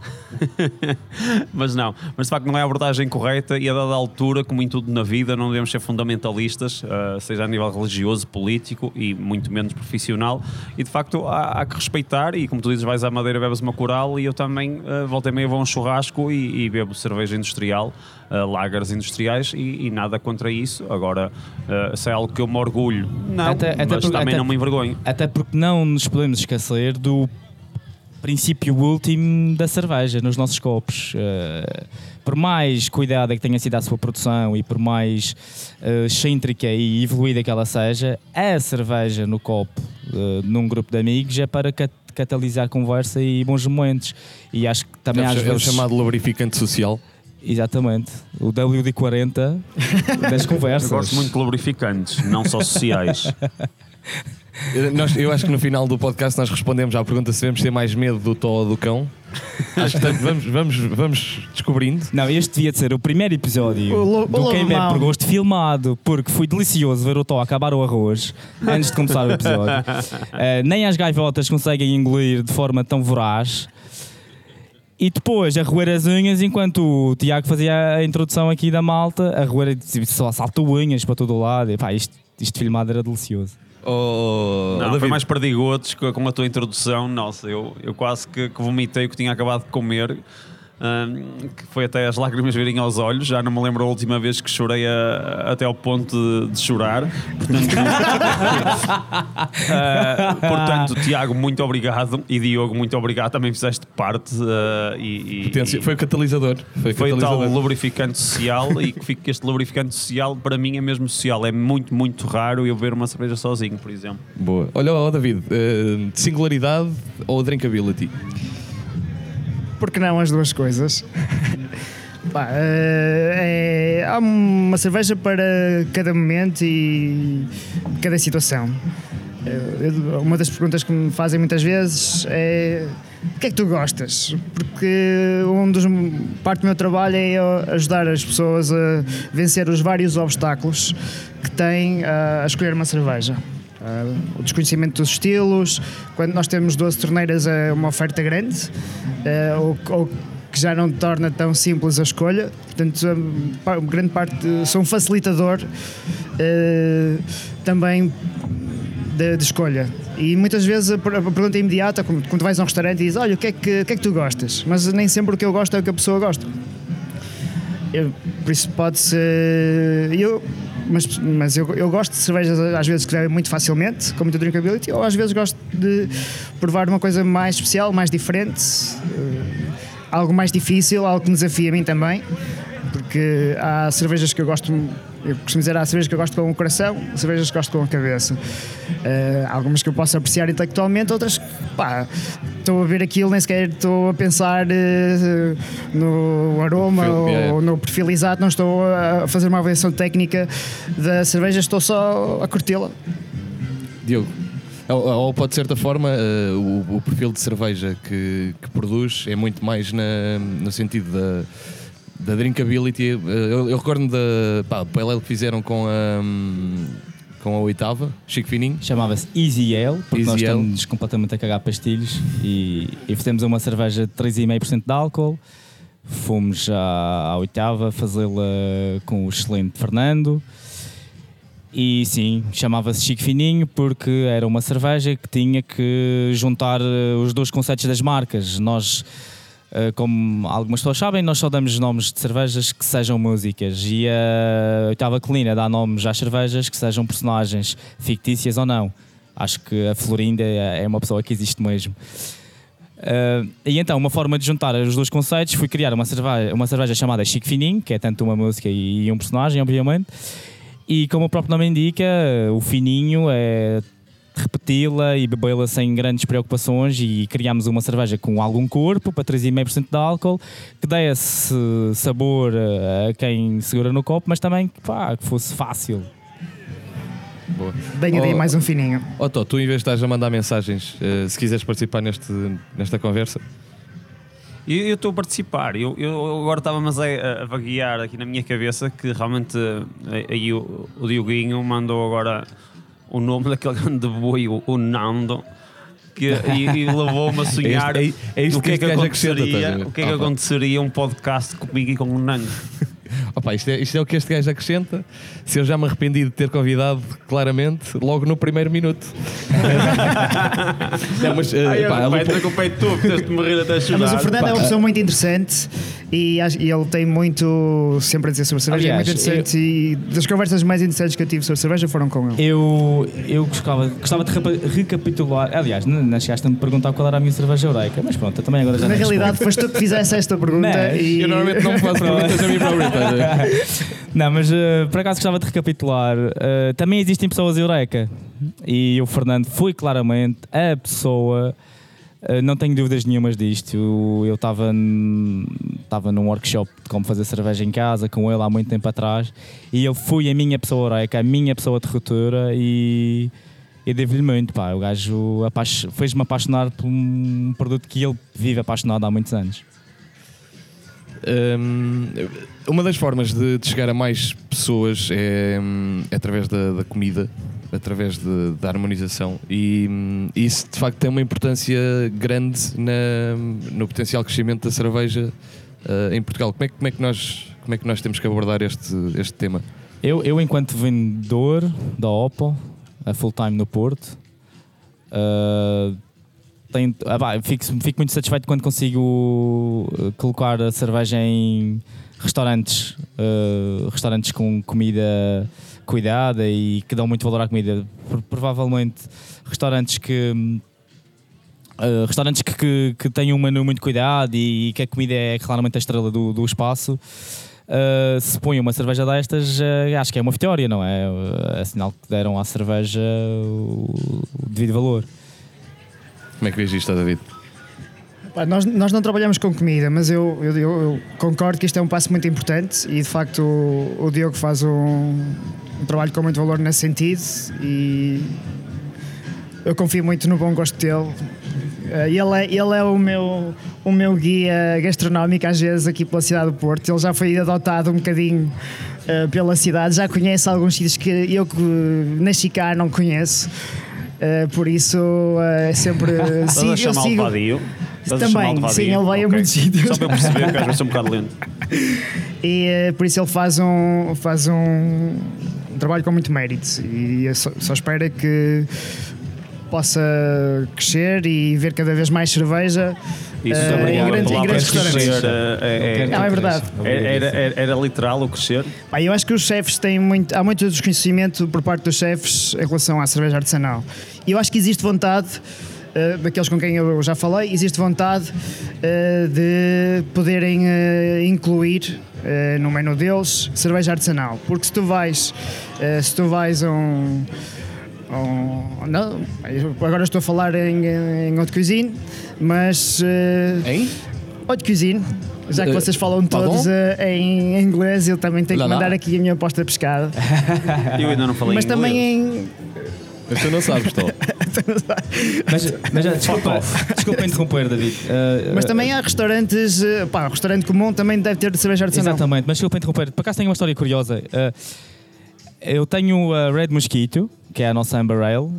Mas não, mas de facto não é a abordagem correta e a dada altura, como em tudo na vida, não devemos ser fundamentalistas, uh, seja a nível religioso, político e muito menos profissional, e de facto há, há que respeitar, e como tu dizes, vais à Madeira, bebes uma coral, e eu também uh, voltei meio a um churrasco e, e bebo cerveja industrial, uh, lagers industriais, e, e nada contra isso. Agora, uh, se é algo que eu me orgulho, não, Até- até mas porque- também até- não me envergonho. Até porque não nos podemos esquecer do princípio último da cerveja nos nossos copos. Uh, por mais cuidada que tenha sido a sua produção e por mais uh, excêntrica e evoluída que ela seja, a cerveja no copo, uh, num grupo de amigos, é para cat- catalisar conversa e bons momentos. E acho que também É o às cha- é o vezes... chamado lubrificante social. Exatamente. O W D quarenta das conversas. Eu gosto muito de lubrificantes, não só sociais. Eh, Nós, eu acho que no final do podcast nós respondemos à pergunta se devemos ter mais medo do tó ou do cão. Acho que portanto, vamos, vamos, vamos descobrindo. Não, este devia de ser o primeiro episódio O lo- o do Quem Bebe Lobão. por Gosto filmado, porque foi delicioso ver o Tó acabar o arroz antes de começar o episódio. Eh, nem as gaivotas conseguem engolir de forma tão voraz. E depois a roer as unhas, enquanto o Tiago fazia a introdução aqui da malta, a roer só saltou unhas para todo o lado. E, pá, isto, isto filmado era delicioso. Oh, Não, David, foi mais perdigotos com com a tua introdução. Nossa, eu, eu quase que, que vomitei o que tinha acabado de comer, hum, que foi até as lágrimas virem aos olhos. Já não me lembro a última vez que chorei a- até ao ponto de, de chorar. Portanto, ah, portanto, Tiago, muito obrigado, e Diogo, muito obrigado. Também fizeste parte, ah, e, e- potência- foi o catalisador. Foi, foi tal catalisador. lubrificante social, e que fica que este lubrificante social para mim é mesmo social. É muito, muito raro eu beber uma cerveja sozinho, por exemplo. Boa. Olha, oh, David, eh, singularidade ou drinkability? Porque não as duas coisas? Pá, eh, é- há uma cerveja para cada momento e cada situação. Eh, eu- Uma das perguntas que me fazem muitas vezes é: o que é que tu gostas? Porque um dos, parte do meu trabalho é ajudar as pessoas a vencer os vários obstáculos que têm a a escolher uma cerveja. Uh, o desconhecimento dos estilos, quando nós temos doze torneiras é uma oferta grande, uh, ou, ou que já não torna tão simples a escolha. Portanto, um, pa- grande parte de, sou um facilitador uh, também de, de escolha. E muitas vezes a, per- a pergunta é imediata, quando, quando vais a um restaurante e dizes: olha, o que, é que, o que é que tu gostas? Mas nem sempre o que eu gosto é o que a pessoa gosta. Eu, por isso pode ser. Eu, mas mas eu, eu gosto de cervejas às vezes que bebem muito facilmente, com muita drinkability, ou às vezes gosto de provar uma coisa mais especial, mais diferente, eh, algo mais difícil, algo que me desafia a mim também, porque há cervejas que eu gosto, eu costumo dizer, há cervejas que eu gosto com o coração, cervejas que gosto com a cabeça. Eh, algumas que eu posso apreciar intelectualmente, outras que, pá, estou a ver aquilo, nem sequer estou a pensar eh, no aroma Perfil, ou yeah. no perfil exato, não estou a fazer uma avaliação técnica da cerveja, estou só a curti-la. Diogo? Ou, ou pode, de certa forma, eh, o, o perfil de cerveja que, que produz é muito mais na, no sentido da, da drinkability. Eh, eu, eu recordo-me da pá, o Pale Ale que fizeram com a, hum, com a oitava, Chico Fininho. Chamava-se Easy Ale, porque Easy nós Ale. estamos completamente a cagar pastilhos, e, e fizemos uma cerveja de três vírgula cinco por cento de álcool. Fomos à, à oitava fazê-la com o excelente Fernando. E sim, chamava-se Chico Fininho porque era uma cerveja que tinha que juntar eh, os dois conceitos das marcas. Nós, eh, como algumas pessoas sabem, nós só damos nomes de cervejas que sejam músicas, e a Oitava Colina dá nomes às cervejas que sejam personagens fictícias ou não. Acho que a Florinda é é uma pessoa que existe mesmo. Uh, e então, uma forma de juntar os dois conceitos foi criar uma cerveja, uma cerveja chamada Chico Fininho, que é tanto uma música e, e um personagem, obviamente. E como o próprio nome indica, o fininho é repeti-la e bebê-la sem grandes preocupações, e criámos uma cerveja com algum corpo, para três vírgula cinco por cento de álcool, que dê esse sabor a quem segura no copo, mas também pá, que fosse fácil. Boa. Venha daí Oh, mais um fininho. oh, Tó, tu em vez de estás a mandar mensagens, eh, se quiseres participar neste, nesta conversa, E eu estou a participar. Eu, eu agora estava mas a, a vaguear aqui na minha cabeça que realmente eh, aí o, o Dioguinho mandou agora o nome daquele grande boi, o, o Nando, que, e, e levou-me a sonhar É isto- é- é isto o que é que que este gajo acrescenta, aconteceria, estás a ver? o que é que Opa. aconteceria um podcast comigo e com o Nando. Opa, isto, é, isto é o que este gajo acrescenta. Se eu já me arrependi de ter convidado, claramente, logo no primeiro minuto. Não, mas, uh, Ai, pá, a vai Lupo- ter com o peito tu, que tens de morrer até chorar. Mas o Fernando pá. é uma pessoa muito interessante e, acho- e ele tem muito sempre a dizer sobre cerveja. Aliás, é muito interessante e das conversas mais interessantes que eu tive sobre cerveja foram com ele. Eu, eu gostava, gostava de repa- recapitular. Aliás, não, não chegaste a me perguntar qual era a minha cerveja eureka, mas pronto, eu também agora já Na não realidade, foste tu que fizeste esta pergunta Mas e eu normalmente não me faço perguntas a mim próprio. estás a ver? Não, mas uh, por acaso gostava de recapitular. Uh, também existem pessoas eureka e o Fernando foi claramente a pessoa. Uh, não tenho dúvidas nenhumas disto. Eu estava estava num workshop de como fazer cerveja em casa com ele há muito tempo atrás e ele foi a minha pessoa eureka, a minha pessoa de ruptura e eu devo-lhe muito. Pá. O gajo apaix- fez-me apaixonar por um produto que ele vive apaixonado há muitos anos. Hum, uma das formas de, de chegar a mais pessoas é, hum, é através da, da comida, através de- da harmonização, e hum, isso de facto tem uma importância grande na- no potencial crescimento da cerveja uh, em Portugal. Como é, que- como, é que nós, como é que nós temos que abordar este, este tema? Eu, eu enquanto vendedor da Opel, a full time no Porto, uh, tenho, ah, pá, fico, fico muito satisfeito quando consigo uh, colocar a cerveja em restaurantes, uh, restaurantes com comida cuidada e que dão muito valor à comida. Pro- Provavelmente restaurantes que uh, restaurantes que, que, que têm um menu muito cuidado e, e que a comida é claramente a estrela do, do espaço. Uh, se põe uma cerveja destas, uh, acho que é uma vitória, não é? Uh, é sinal que deram à cerveja o, o devido valor. Como é que vês isto, David? Pá, nós, nós não trabalhamos com comida, mas eu, eu, eu- eu concordo que isto é um passo muito importante e de facto o, o Diogo faz um, um trabalho com muito valor nesse sentido e eu confio muito no bom gosto dele. Eh, Ele é, ele é o, meu, o meu guia gastronómico às vezes aqui pela cidade do Porto. Ele já foi adotado um bocadinho eh, pela cidade, já conhece alguns sítios que eu que nasci cá não conheço. Eh, por isso é sempre Estás a eu chamar o sigo- vadio? Estás a Também, chamar o vadio? sim, ele vai a Ok. muitos sítios. Só para eu perceber que às vezes sou um bocado lento. E eh, por isso ele faz um, faz um, um trabalho com muito mérito e eu só, só espero que possa crescer e ver cada vez mais cerveja Isso eh, também em, é grandes, em palavra grandes crescer, restaurantes. é- é- Não, é verdade. Era, era, era- era literal o crescer? Pá, eu acho que os chefes têm muito, há muito desconhecimento por parte dos chefes em relação à cerveja artesanal. E eu acho que existe vontade, eh, daqueles com quem eu já falei, existe vontade eh, de poderem eh, incluir eh, no menu deles cerveja artesanal. Porque se tu vais, eh, se tu vais a um. a um- não, eu agora estou a falar em, em haute cuisine, mas. eh, Hein? haute cuisine. Já que Eh, vocês falam pardon? todos eh, em inglês, eu também tenho Lá, que mandar lá. aqui a minha aposta de pescada. Eu ainda não falei Mas inglês. também em. Mas tu não sabes, Tó. Mas, mas já, desculpa, desculpa interromper, David. Uh, Mas também há restaurantes. eh, Pá, restaurante comum também deve ter de cerveja artesanal. Exatamente, mas desculpa interromper. Por acaso tenho uma história curiosa. Uh, eu tenho a Red Mosquito, que é a nossa Amber Ale, uh,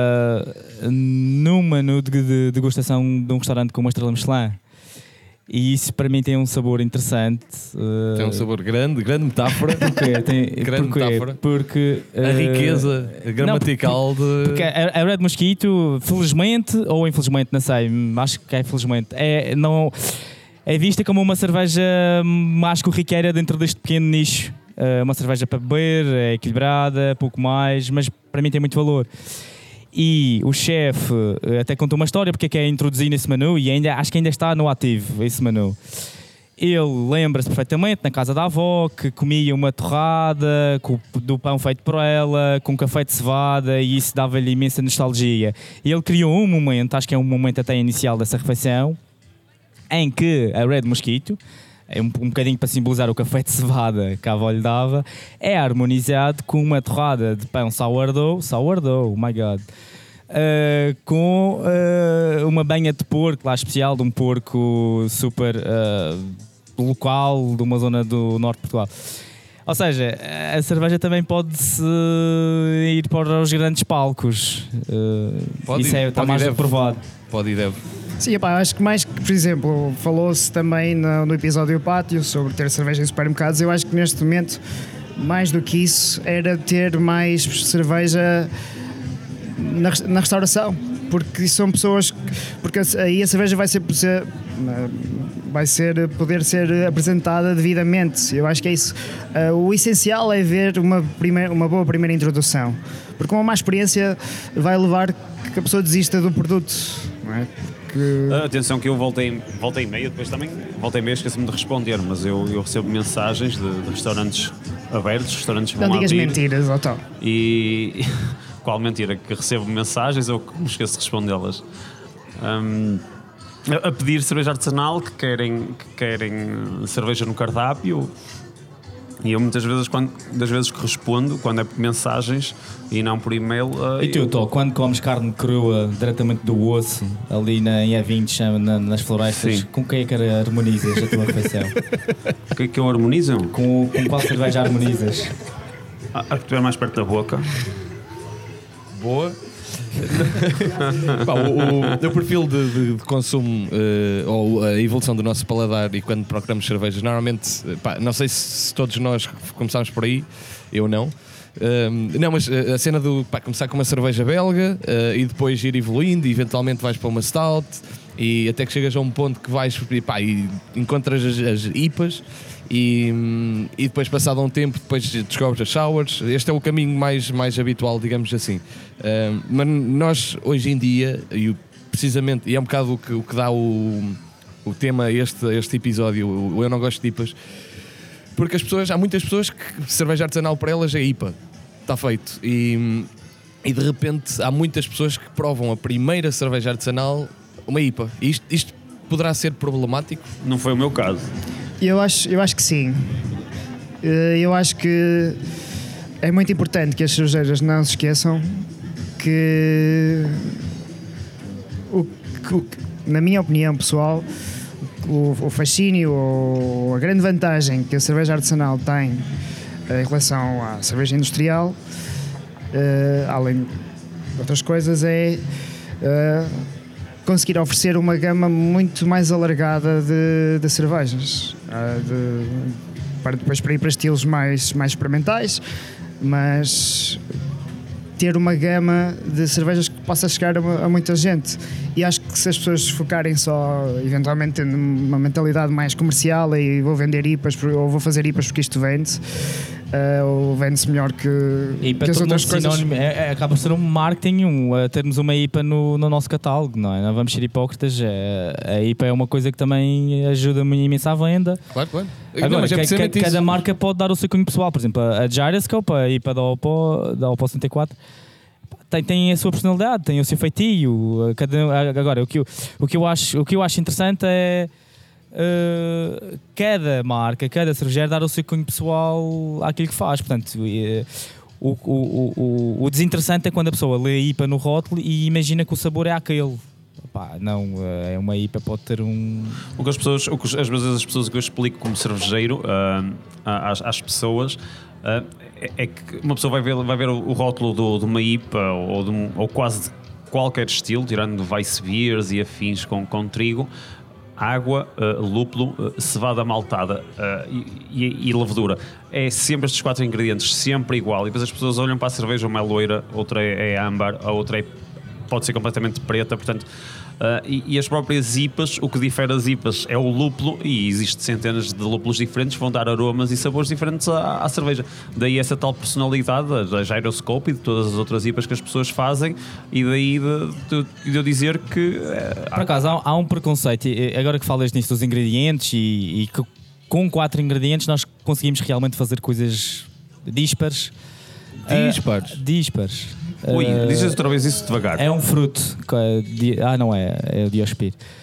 num menu de, de degustação de um restaurante com uma estrela Michelin. E isso para mim tem um sabor interessante. uh, Tem um sabor grande, grande metáfora. Porquê? Tem, Grande porquê? metáfora. Porque A uh, riqueza gramatical de. Porque a, a Red Mosquito, felizmente ou infelizmente, não sei, acho que é felizmente, é, não, é vista como uma cerveja mais corriqueira dentro deste pequeno nicho. Uh, uma cerveja para beber, é equilibrada, pouco mais, mas para mim tem muito valor. E o chefe uh, até contou uma história porque é que é introduzir nesse menu e ainda, acho que ainda está no ativo esse menu. Ele lembra-se perfeitamente na casa da avó que comia uma torrada com, do pão feito por ela, com café de cevada, e isso dava-lhe imensa nostalgia. E ele criou um momento, acho que é um momento até inicial dessa refeição, em que a Red Mosquito, é um, um bocadinho para simbolizar o café de cevada que a avó lhe dava, é harmonizado com uma torrada de pão sourdough, sourdough, oh my god, uh, com uh, uma banha de porco lá especial, de um porco super uh, local, de uma zona do norte de Portugal. Ou seja, a cerveja também pode-se ir para os grandes palcos. Uh, Pode isso ir, é, está pode mais ir, do que provado. Pode e deve. Sim, epá, acho que mais que, por exemplo, falou-se também no, no episódio Pátio sobre ter cerveja em supermercados. Eu acho que neste momento, mais do que isso, era ter mais cerveja na, na restauração. Porque são pessoas que, porque aí a cerveja vai ser, vai ser poder ser apresentada devidamente. Eu acho que é isso. Uh, o essencial é ver uma, primeira, uma boa primeira introdução, porque uma má experiência vai levar que a pessoa desista do produto, não é? Que... Uh, atenção que eu voltei, voltei e-mail, depois também voltei e-mail, esqueci-me de responder, mas eu, eu recebo mensagens de, de restaurantes abertos, restaurantes que vão Não digas abrir, mentiras, Otto. e qual mentira? Que recebo mensagens ou que me esqueço de respondê-las. Um, a, a pedir cerveja artesanal, que querem, que querem cerveja no cardápio, e eu muitas vezes, quando, das vezes que respondo, quando é por mensagens e não por e-mail. Uh, E tu, eu, Tó, quando comes carne crua diretamente do osso, ali na, em A vinte, na, nas florestas, Sim. com quem é que harmonizas a tua refeição? o que é que eu harmonizo? Com, com qual cerveja harmonizas? A, a que estiver mais perto da boca. Boa. Pá, o, o, o perfil de, de, de consumo uh, ou a evolução do nosso paladar e quando procuramos cervejas, normalmente, pá, não sei se, se todos nós começámos por aí, eu não. Um, não, mas uh, a cena do pá, começar com uma cerveja belga uh, e depois ir evoluindo e eventualmente vais para uma stout e até que chegas a um ponto que vais pá, e encontras as, as I P As e, e depois passado um tempo depois descobres as sours. Este é o caminho mais, mais habitual, digamos assim. Um, mas nós hoje em dia, e precisamente, e é um bocado o que, o que dá o, o tema a este, a este episódio, o Eu Não Gosto de I P As, porque as pessoas, há muitas pessoas que cerveja artesanal para elas é I P A, está feito, e, e de repente há muitas pessoas que provam a primeira cerveja artesanal uma I P A. E isto, isto poderá ser problemático? Não foi o meu caso. Eu acho, eu acho que sim. Eh, Eu acho que é muito importante que as cervejeiras não se esqueçam que, o, que, o que, na minha opinião pessoal, o, o fascínio ou a grande vantagem que a cerveja artesanal tem em relação à cerveja industrial, eh, além de outras coisas, é eh, conseguir oferecer uma gama muito mais alargada de, de cervejas, uh, de, para depois para ir para estilos mais, mais experimentais, mas ter uma gama de cervejas que possa chegar a, a muita gente. E acho que se as pessoas se focarem só, eventualmente tendo uma mentalidade mais comercial e vou vender I P As ou vou fazer I P As porque isto vende, Uh, ou vende-se melhor que, I P A que as outras coisas. sinónimo, é, é, acaba por ser um marketing, um, a termos uma I P A no, no nosso catálogo, não é? Não vamos ser hipócritas, é, a I P A é uma coisa que também ajuda-me imenso à venda. Claro, claro. Agora, Não, mas é que- precisamente que- cada isso. marca pode dar o seu cunho pessoal. Por exemplo, a Gyroscope, a I P A da Oppo, da Oppo setenta e quatro, tem, tem a sua personalidade, tem o seu feitio. Cada, agora, o que, eu, o, que eu acho, o que eu acho interessante é Uh, cada marca, cada cervejeiro dar o seu cunho pessoal àquilo que faz. Portanto, uh, o, o, o, o desinteressante é quando a pessoa lê a I P A no rótulo e imagina que o sabor é aquele. Pá, não, uh, é uma I P A, pode ter um. O que as pessoas, o que às vezes as pessoas que eu explico como cervejeiro uh, às, às pessoas uh, é, é que uma pessoa vai ver, vai ver o, o rótulo do, de uma I P A ou, de um, ou quase de qualquer estilo, tirando Weiss Beers e afins com, com trigo. Água, uh, lúpulo, uh, cevada maltada uh, e, e, e levedura. É sempre estes quatro ingredientes, sempre igual. E depois as pessoas olham para a cerveja, uma é loira, outra é, é âmbar, a outra é, pode ser completamente preta. Portanto, uh, e, e as próprias I P As, o que difere as I P As é o lúpulo, e existem centenas de lúpulos diferentes que vão dar aromas e sabores diferentes à, à cerveja. Daí essa tal personalidade da Gyroscope e de todas as outras I P As que as pessoas fazem, e daí de, de, de eu dizer que uh, Por acaso, há, há um preconceito, e agora que falas nisso dos ingredientes, e, e que com quatro ingredientes nós conseguimos realmente fazer coisas díspares. Díspares? Uh, díspares. Ui, Uh, dizes outra vez isso devagar. É um fruto. que é di- Ah, não é, é o Diospir.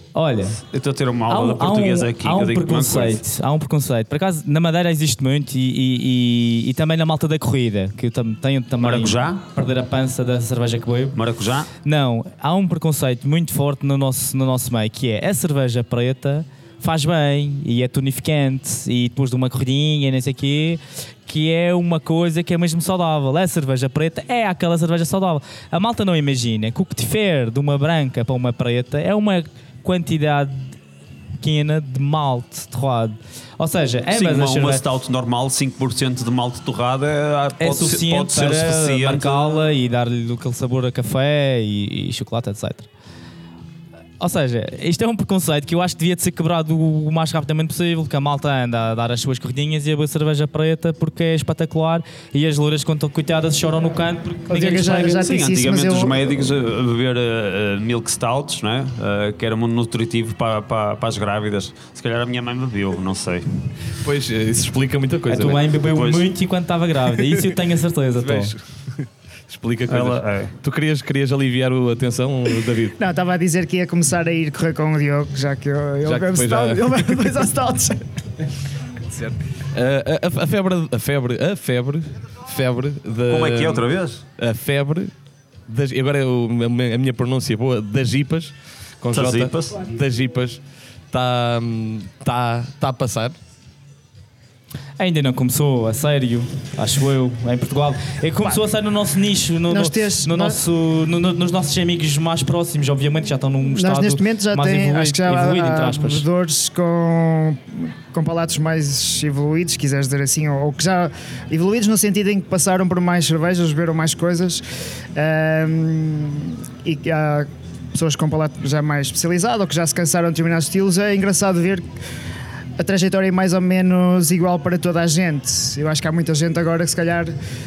Olha, Eu estou a ter uma há aula um, de português há um, aqui. há eu um digo uma coisa. preconceito, há um preconceito. Por acaso, na Madeira existe muito e, e, e, e também na malta da corrida, que eu tam, tenho também Maracujá? perder a pança da cerveja que bebo. Maracujá? Não, há um preconceito muito forte no nosso, no nosso meio, que é a cerveja preta faz bem e é tonificante e depois de uma corridinha e não sei o quê, que é uma coisa que é mesmo saudável. A cerveja preta é aquela cerveja saudável. A malta não imagina que o que difere de uma branca para uma preta é uma quantidade pequena de malte torrado. Ou seja, é Sim, mas a uma, uma cerveja stout normal, cinco por cento de malte torrado é, é pode, ser, suficiente pode ser o para suficiente. marcá-la e dar-lhe aquele sabor a café e, e chocolate, etcétera. Ou seja, isto é um preconceito que eu acho que devia de ser quebrado o mais rapidamente possível, que a malta anda a dar as suas corridinhas e a beber cerveja preta porque é espetacular e as louras quando estão coitadas choram no canto porque Ô, ninguém Diego, lhes já- pega. já- Sim, disse isso, mas antigamente eu- os médicos a, a beber uh, uh, milk stouts, não é? Uh, que era muito nutritivo para, para, para as grávidas. Se calhar a minha mãe bebeu, não sei. Pois, eh, isso explica muita A coisa. tua né? mãe bebeu Pois. muito enquanto estava grávida, isso eu tenho a certeza. Tô. Vês? Explica coisas. Ela, é. Tu querias, querias aliviar o- a tensão, David? Não, estava a dizer que ia começar a ir correr com o Diogo, já que eu, eu Já que bebo depois stout, já- eu bebo dois stouts. Certo. a, a- a febre, a febre, a febre, febre da. Como é que é outra vez? A febre das, agora eu, a minha pronúncia boa das jipas com Das J, jipas? das jipas está tá, tá a passar. Ainda não começou, a sério, acho eu, em Portugal. É que começou a sair no nosso nicho, no, Nós no- tens- no nós- nosso, no- no- nos nossos amigos mais próximos, obviamente já estão num estado Nós neste momento já mais tem, evoluído, acho que já evoluído, entre há, há aspas. bebedores com, com palatos mais evoluídos, se quiseres dizer assim, ou, ou que já evoluídos no sentido em que passaram por mais cervejas, beberam mais coisas, ahm, e que há pessoas com palato já mais especializado ou que já se cansaram de determinados estilos. É engraçado ver a trajetória é mais ou menos igual para toda a gente. Eu acho que há muita gente agora que se calhar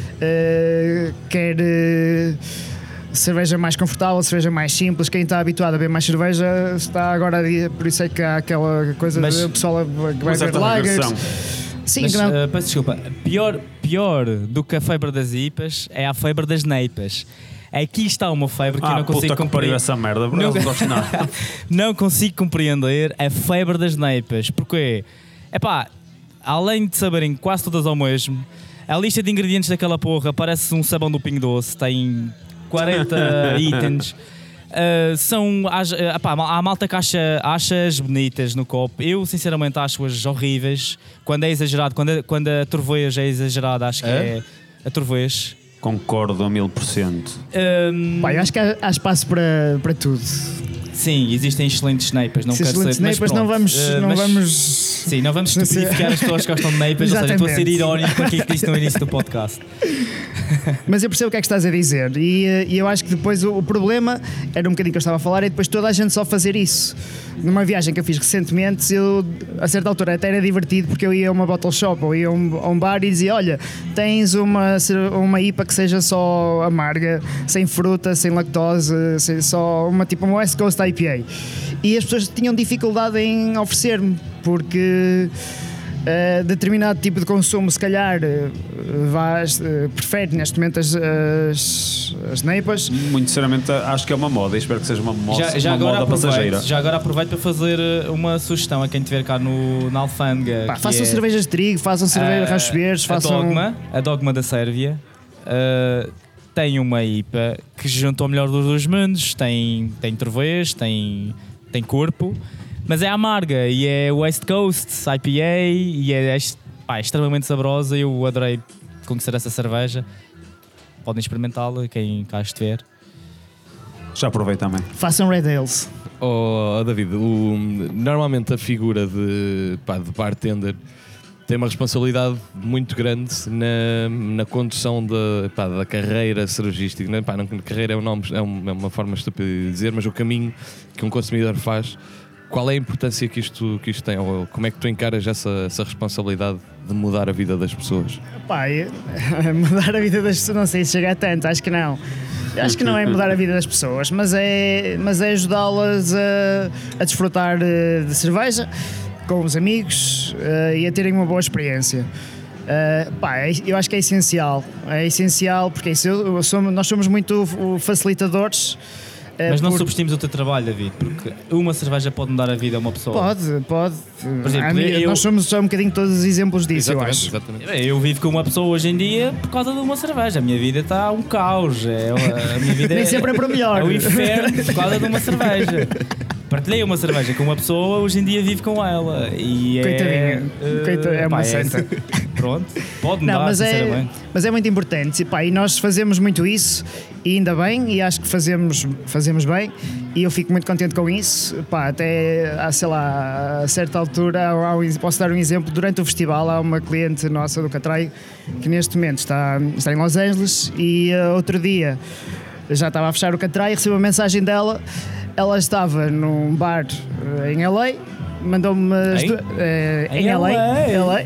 eh, quer eh, cerveja mais confortável, cerveja mais simples. Quem está habituado a beber mais cerveja está agora a dia, por isso é que há aquela coisa Mas- de o pessoal que vai Uma beber certa lagers. regressão. Sim, Mas, não- eh, peço desculpa, pior, pior do que a febre das ipas é a febre das neipas. Aqui está uma febre que eu Ah, não consigo puta que pariu compreender. essa merda, bro. Não- Não gosto de nada. Não consigo compreender a febre das neipas. Porque, epá, além de saberem quase todas ao mesmo, a lista de ingredientes daquela porra parece um sabão do Pingo Doce, tem quarenta itens. Uh, são, as- uh, epá, há malta que acha, achas bonitas no copo. Eu, sinceramente, acho-as horríveis. Quando é exagerado, quando a, quando a torveja é exagerada, acho que é, É? a torvej. Concordo a mil por cento. Um, Pá, eu acho que há, há espaço para, para tudo. sim, existem excelentes neipas. Não Se quero excelentes ser, mas neipas, não pronto. vamos. Uh, não mas- vamos Sim, não vamos Não sei. estupidificar as pessoas que gostam de neipas, ou seja, estou a ser Exatamente. irónico com aquilo que disse no início do podcast. Mas eu percebo o que é que estás a dizer e, eh, e eu acho que depois o, o problema era um bocadinho que eu estava a falar, é depois toda a gente só fazer isso. Numa viagem que eu fiz recentemente, eu, a certa altura até era divertido porque eu ia a uma bottle shop ou ia a um, a um bar e dizia: olha, tens uma, uma I P A que seja só amarga, sem fruta, sem lactose, sem, só uma tipo uma West Coast I P A. E as pessoas tinham dificuldade em oferecer-me porque Uh, determinado tipo de consumo, se calhar, uh, vais, uh, prefere neste momento as, as, as neipas. Muito sinceramente, acho que é uma moda. E espero que seja uma moda, Já, já, uma agora moda passageira. aproveito, já agora aproveito para fazer uh, uma sugestão a quem estiver cá no, na Alfândega. Pá, que façam é, cervejas de trigo, façam cervejas uh, rachos a façam. Dogma, a Dogma da Sérvia. Uh, tem uma I P A que juntou o melhor dos dois mundos. Tem, tem torvez, tem, tem corpo. Mas é amarga e é West Coast I P A e é, pá, é extremamente saborosa. Eu adorei conhecer essa cerveja. Podem experimentá-la, quem cá estiver. Já provei também. Façam Red Ales. Oh, oh, David, o- normalmente a figura de, pá, de bartender tem uma responsabilidade muito grande na, na condução da, pá, da carreira cervejística. Né? Pá, não, carreira é, um nome, é, um- é uma forma estúpida de dizer, mas o caminho que um consumidor faz. Qual é a importância que isto, que isto tem? Ou como é que tu encaras essa, essa responsabilidade de mudar a vida das pessoas? Pá, eu- mudar a vida das pessoas, não sei se chega a tanto, acho que não. Acho que não é mudar a vida das pessoas, mas é, mas é ajudá-las a, a desfrutar eh, de cerveja com os amigos eh, e a terem uma boa experiência. Eh, pá, é- eu acho que é essencial. É essencial porque isso, eu- eu sou- nós somos muito uh, facilitadores Eh, Mas não por- subestimos o teu trabalho, David, porque uma cerveja pode mudar a vida a uma pessoa. Pode, pode. exemplo, A minha- eu- Nós somos só um bocadinho todos os exemplos disso, eu Exatamente, acho. exatamente. Eu vivo com uma pessoa hoje em dia por causa de uma cerveja. A minha vida está um caos. É, a minha vida Nem é, sempre é para melhor. é o inferno por causa de uma cerveja. Partilhei uma cerveja com uma pessoa, hoje em dia vivo com ela. E é, Coitadinha. eh, Coita- é uma pá, santa. Pronto, pode mudar, Não, mas é, sinceramente. mas é muito importante. E, pá, e nós fazemos muito isso, e ainda bem, e acho que fazemos, fazemos bem, e eu fico muito contente com isso. Pá, até, há, sei lá, a certa altura, há um- posso dar um exemplo, durante o festival há uma cliente nossa do Catraio que neste momento está, está em Los Angeles, e uh, outro dia já estava a fechar o Catraio, recebi uma mensagem dela, ela estava num bar uh, em L A, mandou-me as Em? du- eh, Em em L A, L A.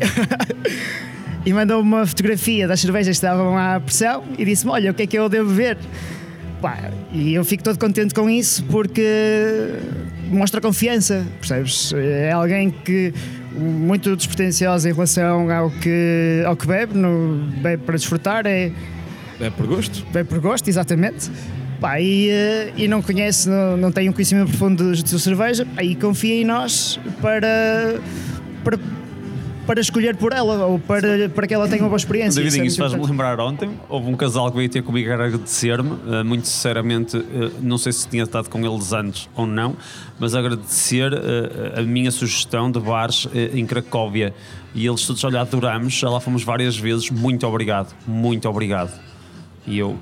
L A. E mandou-me uma fotografia das cervejas que estavam à pressão e disse-me: olha, o que é que eu devo ver? Pá, e eu fico todo contente com isso porque mostra confiança, percebes? É alguém que muito despretensiosa em relação ao que, ao que bebe, no, bebe para desfrutar, é, É por gosto. bebe por gosto, exatamente. Pá, e, eh, e não conhece, não, não tem um conhecimento profundo de, de cerveja, pá, e confia em nós para, para, para escolher por ela ou para, para que ela tenha uma boa experiência. Davidinho, Isso isso é muito faz-me importante. lembrar ontem. Houve um casal que veio ter comigo a agradecer-me. uh, muito sinceramente, uh, não sei se tinha estado com eles antes ou não, mas agradecer uh, a minha sugestão de bares uh, em Cracóvia. E eles todos, olha, adoramos. Já lá fomos várias vezes. Muito obrigado, muito obrigado. E eu.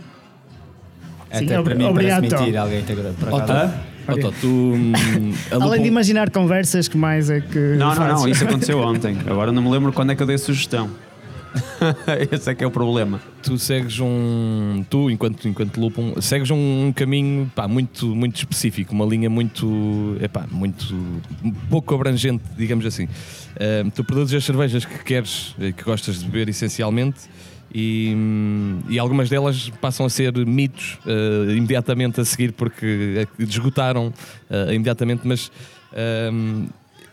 Sim, Até ob- para mim obrigado, parece Tom. mentira alguém ter por Ó, acaso. Tó, ó, Tó, tu. hum, a Além de Lupum- imaginar conversas, que mais é que. Não, não, fazes? não. Isso aconteceu ontem. Agora não me lembro quando é que eu dei a sugestão. Esse é que é o problema. tu segues um. Tu, enquanto, enquanto Lupum, segues um, um caminho pá, muito, muito específico, uma linha muito. Epá, muito. pouco abrangente, digamos assim. Ahm, tu produzes as cervejas que queres, eh, que gostas de beber essencialmente. E, hum, e algumas delas passam a ser mitos eh, imediatamente a seguir porque eh, esgotaram eh, imediatamente, mas hum,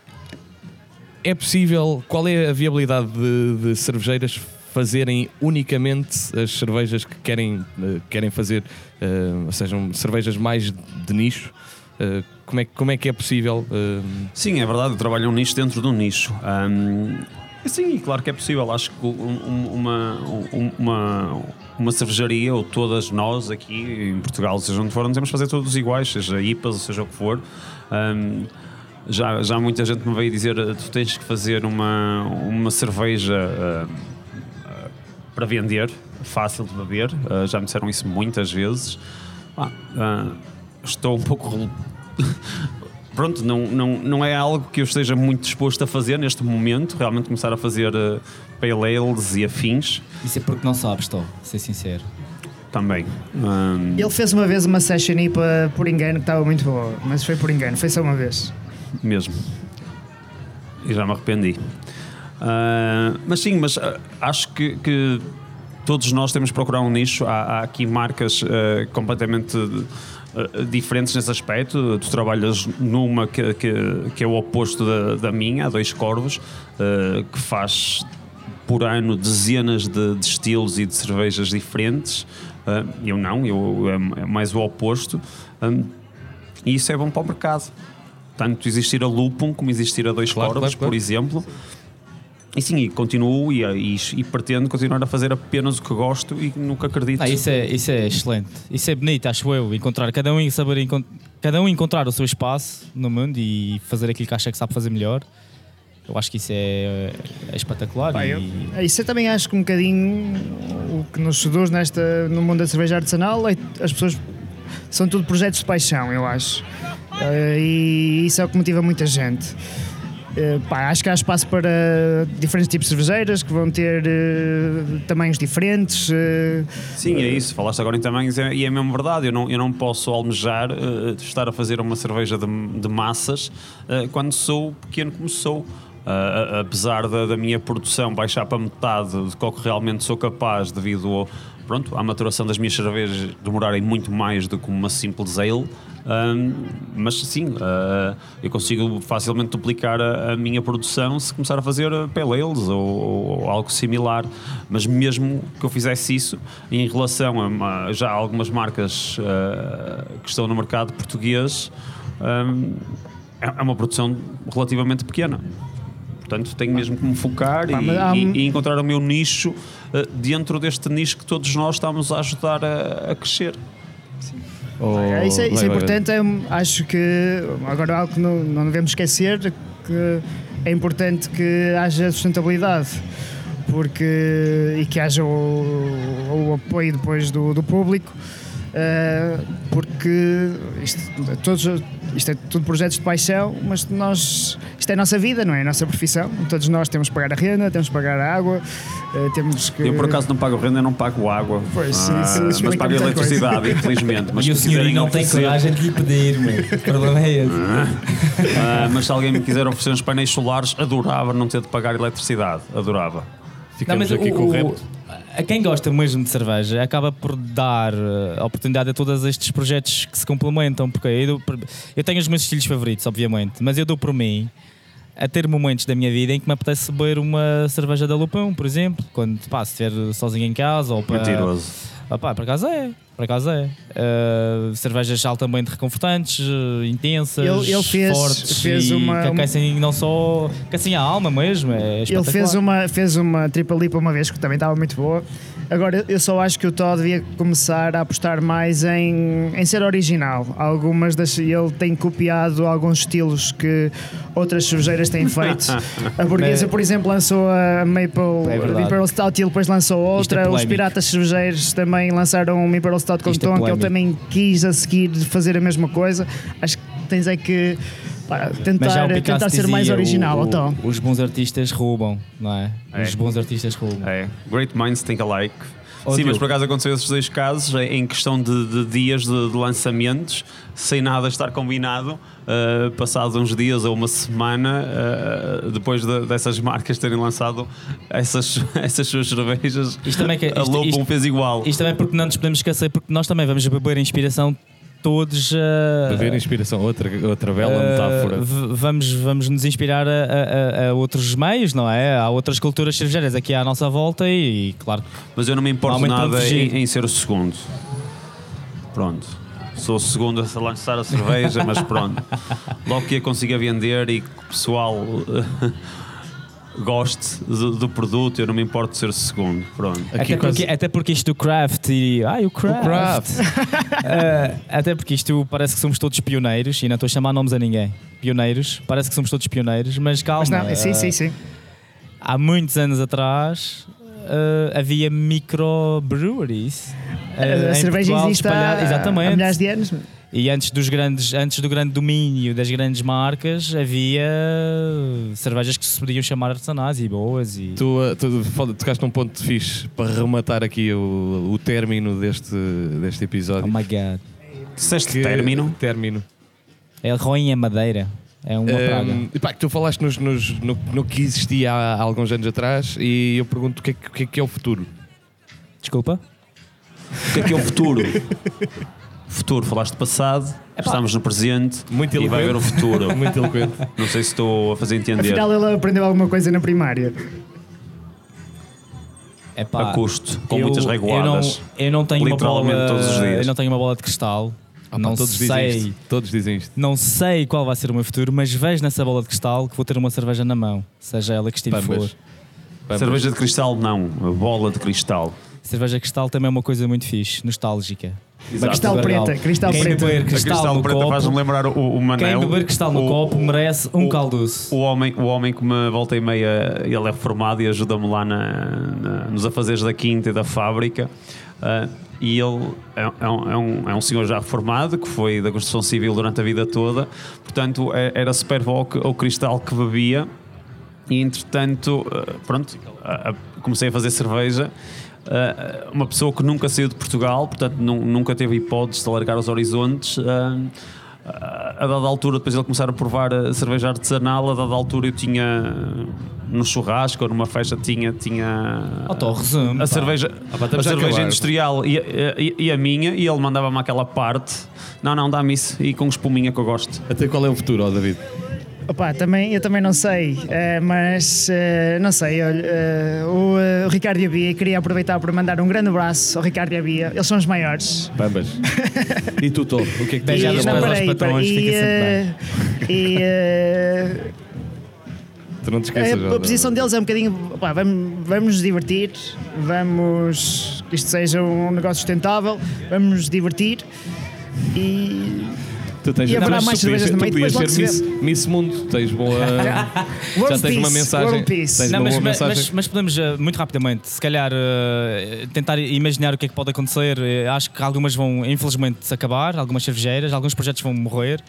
é possível, qual é a viabilidade de, de cervejeiras fazerem unicamente as cervejas que querem, eh, querem fazer, eh, ou seja, cervejas mais de nicho? Eh, como, é, como é que é possível? eh, Sim, é verdade, trabalham um nicho dentro de um nicho. Hum, sim, claro que é possível. Acho que um- um- uma, um- uma, uma cervejaria, ou todas nós aqui em Portugal, seja onde for, não temos de fazer todos iguais, seja I P As, seja o que for. Hum, já, já muita gente me veio dizer: tu tens que fazer uma, uma cerveja uh, uh, para vender, fácil de beber. Uh, já me disseram isso muitas vezes. Ah, uh, estou um pouco rel- Pronto, não, não, não é algo que eu esteja muito disposto a fazer neste momento, realmente começar a fazer uh, pale ales e afins Isso é porque não sabes, estou, ser sincero. também. Um, Ele fez uma vez uma session I P A por engano que estava muito boa, mas foi por engano, foi só uma vez. mesmo. E já me arrependi. Uh, mas sim, mas uh, acho que, que todos nós temos de procurar um nicho. Há, há aqui marcas uh, completamente uh, diferentes nesse aspecto. Tu trabalhas numa que, que, que é o oposto da, da minha, a Dois Corvos, uh, que faz por ano dezenas de, de estilos e de cervejas diferentes. Uh, eu não, eu é, é mais o oposto. Um, e isso é bom para o mercado. Tanto existir a Lupum como existir a Dois Claro, Corvos, claro, claro. por exemplo. E sim, e continuo e, e, e pretendo continuar a fazer apenas o que gosto e nunca acredito. Ah, isso, é, isso é excelente. Isso é bonito, acho eu. Encontrar, cada um saber encont- cada um encontrar o seu espaço no mundo e fazer aquilo que acha que sabe fazer melhor. Eu acho que isso é, é espetacular. Pá, e... eu, é isso eu também acho que um bocadinho o que nos seduz nesta, no mundo da cerveja artesanal é as pessoas são tudo projetos de paixão, eu acho. Eh, e isso é o que motiva muita gente. Eh, pá, acho que há espaço para diferentes tipos de cervejeiras que vão ter eh, tamanhos diferentes. eh, Sim, é isso. Falaste agora em tamanhos e é, e é mesmo verdade. Eu não, eu não posso almejar uh, estar a fazer uma cerveja de, de massas uh, quando sou pequeno como sou. uh, apesar da, da minha produção baixar para metade do que realmente sou capaz devido ao, pronto, à maturação das minhas cervejas demorarem muito mais do que uma simples ale, um, mas sim, uh, eu consigo facilmente duplicar a, a minha produção se começar a fazer pale ales ou, ou algo similar, mas mesmo que eu fizesse isso em relação a uma, já algumas marcas uh, que estão no mercado português, um, é uma produção relativamente pequena. Portanto, tenho mesmo que me focar Pá, e, mas há- e- e encontrar o meu nicho uh, dentro deste nicho que todos nós estamos a ajudar a, a crescer. Ou- É, isso é, isso vai, é vai, importante. É, acho que agora algo que não, não devemos esquecer, que é importante que haja sustentabilidade, porque e que haja o, o apoio depois do, do público, eh, porque isto, todos, isto é tudo projetos de paixão, mas nós, isto é a nossa vida, não é a nossa profissão. Todos nós temos que pagar a renda, temos que pagar a água, eh, temos que... Eu, por acaso, não pago renda, não pago água. Pois, Ah, isso- isso mas explica pago muita eletricidade, infelizmente. Mas e o se senhorinho quiserem não tem oferecer- coragem de lhe pedir, meu. O problema é esse. Ah, mas se alguém me quiser oferecer uns painéis solares, adorava não ter de pagar eletricidade. Adorava. Ficamos aqui com o repto. a quem gosta mesmo de cerveja acaba por dar uh, oportunidade a todos estes projetos que se complementam, porque eu, dou por- eu tenho os meus estilos favoritos, obviamente, mas eu dou por mim a ter momentos da minha vida em que me apetece beber uma cerveja da Lupão, por exemplo, quando pá, se estiver sozinho em casa ou para... Mentiroso. Ah, pá, por acaso é, por acaso é. Uh, cervejas altamente reconfortantes, uh, intensas, Ele- ele fez- fortes fez e uma- que aquecem não só, aquecem a alma mesmo, é Ele espetacular. fez uma, fez uma triple lipa uma vez que também estava muito boa. Agora, eu só acho que o Todd devia começar a apostar mais em, em ser original. Algumas das, ele tem copiado alguns estilos que outras cervejeiras têm feito. A Burguesa, por exemplo, lançou a Maple É verdade. Imperial Stout e ele depois lançou Isto é outra. Os polémico. Piratas Cervejeiros também lançaram um Imperial Stout com Isto é tom, que ele polémico. também quis a seguir fazer a mesma coisa. Acho que tens é que pá, Mas já tentar, o Picasso tentar ser mais dizia, original. o- o- então. Os bons artistas roubam, não é? É. Os bons artistas roubam. É. Great minds think alike. Oh, Sim, mas Diogo. por acaso aconteceu esses dois casos em questão de, de dias de, de lançamentos, sem nada estar combinado, uh, passados uns dias ou uma semana, uh, depois de- dessas marcas terem lançado essas, essas suas cervejas, Isto também é que- a isto- Lupum isto- fez igual. Isto também porque não nos podemos esquecer, porque nós também vamos beber inspiração todos a. Beber inspiração, outra, outra bela metáfora. Uh, v- vamos, vamos nos inspirar a, a- a- a outros meios, não é? Há outras culturas cervejeiras aqui à nossa volta e, e claro que Mas eu não me importo Normalmente nada protegido. em, em ser o segundo. Pronto. Sou o segundo a lançar a cerveja, mas pronto. Logo que a consiga vender e que o pessoal uh, goste do, do produto, eu não me importo de ser o segundo. Pronto. Aqui até, quase- porque, até porque isto do craft e. Ai, o craft! craft. Uh, até porque isto parece que somos todos pioneiros e não estou a chamar nomes a ninguém. Pioneiros, parece que somos todos pioneiros, mas calma. Mas não, sim, uh, sim, sim. Há muitos anos atrás uh, havia microbreweries. uh, A em cerveja Portugal existe espalhada- há, exatamente. há milhares de anos. E antes, dos grandes, antes do grande domínio das grandes marcas, havia cervejas que se podiam chamar artesanais e boas. E... Tu, uh, tu fal- tocaste num ponto fixe para rematar aqui o, o término deste, deste Oh episódio. my god. Disseste Que- término? Término. É roinha madeira. É uma praga. Um, epá, que tu falaste nos, nos- no, no que existia há, há alguns anos atrás e eu pergunto o que é, que- o que é que é o futuro? Desculpa? O que é que é o futuro? Futuro, falaste de passado, estamos no presente Muito e vai eloquente. haver o futuro. Muito eloquente. Não sei se estou a fazer entender. Afinal, ele aprendeu alguma coisa na primária. Epá, A custo, com eu- muitas reguladas. Eu não, eu não tenho uma Literalmente bola, todos os dias. Eu não tenho uma bola de cristal. Ah, pá, não todos dizem sei. isto. Todos dizem isto. Não sei qual vai ser o meu futuro, mas vejo nessa bola de cristal que vou ter uma cerveja na mão, seja ela que estilo Pambas. for. Pambas. Cerveja de cristal, não. A bola de cristal. Cerveja de cristal também é uma coisa muito fixe, nostálgica. Exato. Cristal Legal. preta, cristal Quem preta. beber A cristal, cristal no preta faz-me copo, lembrar o, o Manel. quem beber cristal no o, copo merece um o- caldoço. O homem, o homem que me volta e meia, ele é formado e ajuda-me lá na, na- nos afazeres da quinta e da fábrica. Ah, e ele é, é um, é, um, é um senhor já formado, que foi da construção civil durante a vida toda. Portanto, é- era Superboc o cristal que bebia. E entretanto, ah, pronto, ah, ah, comecei a fazer cerveja. Uh, uma pessoa que nunca saiu de Portugal, portanto nu- nunca teve hipóteses de alargar os horizontes, uh, uh, a dada altura, depois ele começar a provar a cerveja artesanal, a dada altura eu tinha no churrasco ou numa festa tinha, tinha Auto resumo, a cerveja, Ah, pá, a estamos a cerveja acabar. industrial e, e, e a minha, e ele mandava-me aquela parte. Não, não, dá-me isso e com espuminha que eu gosto. Até qual é o futuro, ó David? Opa, também, eu também não sei, eh, mas eh, não sei, olha, eh, o, eh, o Ricardo e a Bia, queria aproveitar para mandar um grande abraço ao Ricardo e à Bia, eles são os maiores. Pambas. E tu, Tom? O que é que tens Beijar a os dizer? pés aos peraí, patrões, peraí, fica sempre eh, e eh, Tu não te esqueças, a, a posição deles é um bocadinho, pá, vamos, vamos nos divertir, vamos que isto seja um negócio sustentável, vamos nos divertir e Tu tens E haverá Não, mas mais tu podias cervejas ser- no meio, Tu podias depois ser logo se Miss, Miss Mundo. Tens boa. Já World tens uma Peace, mensagem. World Peace. Tens Não, uma mas, boa mas, mensagem. mas, mas podemos uh, muito rapidamente, se calhar, uh, tentar imaginar o que é que pode acontecer. Uh, acho que algumas vão, infelizmente, acabar, algumas cervejeiras, alguns projetos vão morrer,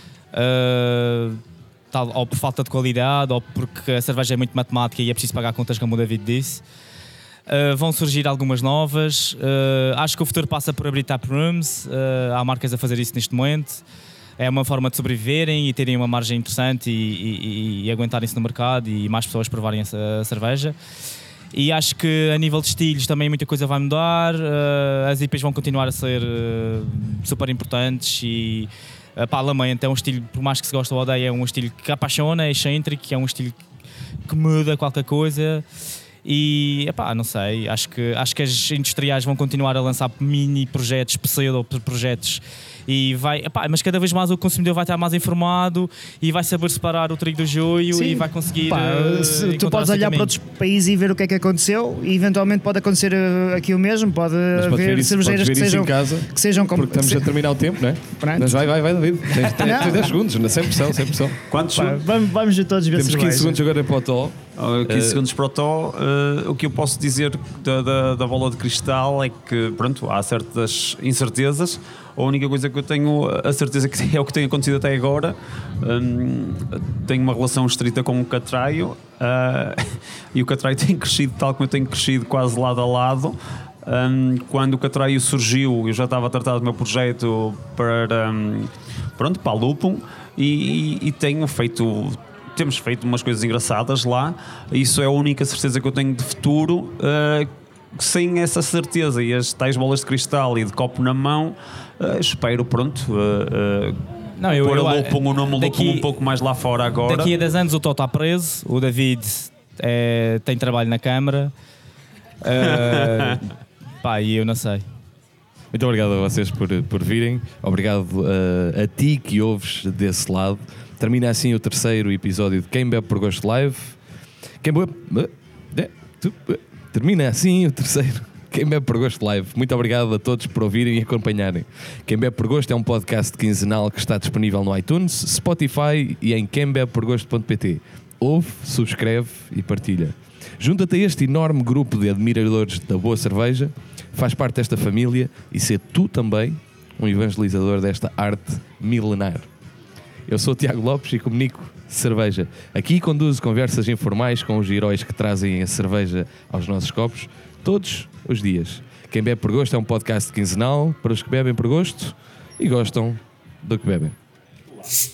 uh, tal, ou por falta de qualidade, ou porque a cerveja é muito matemática e é preciso pagar contas, como o David disse. Uh, vão surgir algumas novas. Uh, acho que o futuro passa por abrir tap rooms. Uh, há marcas a fazer isso neste momento. É uma forma de sobreviverem e terem uma margem interessante e, e, e aguentarem-se no mercado e mais pessoas provarem a, a cerveja. E acho que a nível de estilos também muita coisa vai mudar. Uh, as I Ps vão continuar a ser uh, super importantes e uh, pá, a Lamento é um estilo, por mais que se goste ou odeie, é um estilo que apaixona, é excêntrico, é um estilo que muda qualquer coisa. E, epá, não sei, acho que, acho que as industriais vão continuar a lançar mini projetos, pseudo projetos e vai, epá, mas cada vez mais o consumidor vai estar mais informado e vai saber separar o trigo do joio. Sim. E vai conseguir Pá, uh, se tu encontrar podes o seu olhar para caminho. outros países e ver o que é que aconteceu e eventualmente pode acontecer uh, aqui o mesmo, pode Mas podes ver haver isso- cervejeiras podes que ver isso sejam, em casa, que sejam como Porque estamos a terminar o tempo, não é? Pronto. Mas vai, vai, vai, David. Tens, tens, Não. tens dez segundos, não- sem pressão, sem pressão. Quantos? Pá, vamos, vamos ver todos ver Temos cerveja. quinze segundos agora para o Tó. Uh, quinze segundos para o Tó. Uh, o que eu posso dizer da, da, da bola de cristal é que, pronto, há certas incertezas. A única coisa que eu tenho a certeza que é o que tem acontecido até agora. Um, tenho uma relação estreita com o Catraio uh, e o Catraio tem crescido tal como eu tenho crescido, quase lado a lado. Um, quando o Catraio surgiu, eu já estava a tratar do meu projeto para, um, pronto, para a Lupum e, e, e tenho feito. Temos feito umas coisas engraçadas lá. Isso é a única certeza que eu tenho de futuro. Uh, sem essa certeza e as tais bolas de cristal e de copo na mão, uh, espero, pronto, uh, uh, Não, eu, pôr eu, a Lupum, o nome daqui- Lupum um pouco mais lá fora agora. Daqui a dez anos o Tó está preso, o David é, tem trabalho na Câmara. Uh, pá, e eu não sei. Muito obrigado a vocês por, por virem. Obrigado uh, a ti que ouves desse lado. Termina assim o terceiro episódio de Quem Bebe por Gosto Live. Quem bebe... eh, tu- eh, Termina assim o terceiro Quem Bebe por Gosto Live. Muito obrigado a todos por ouvirem e acompanharem. Quem Bebe por Gosto é um podcast quinzenal que está disponível no iTunes, Spotify e em quem bebe por gosto ponto pt. Ouve, subscreve e partilha. Junta-te a este enorme grupo de admiradores da boa cerveja, faz parte desta família e ser tu também um evangelizador desta arte milenar. Eu sou o Tiago Lopes e comunico cerveja. Aqui conduzo conversas informais com os heróis que trazem a cerveja aos nossos copos todos os dias. Quem Bebe por Gosto é um podcast quinzenal para os que bebem por gosto e gostam do que bebem.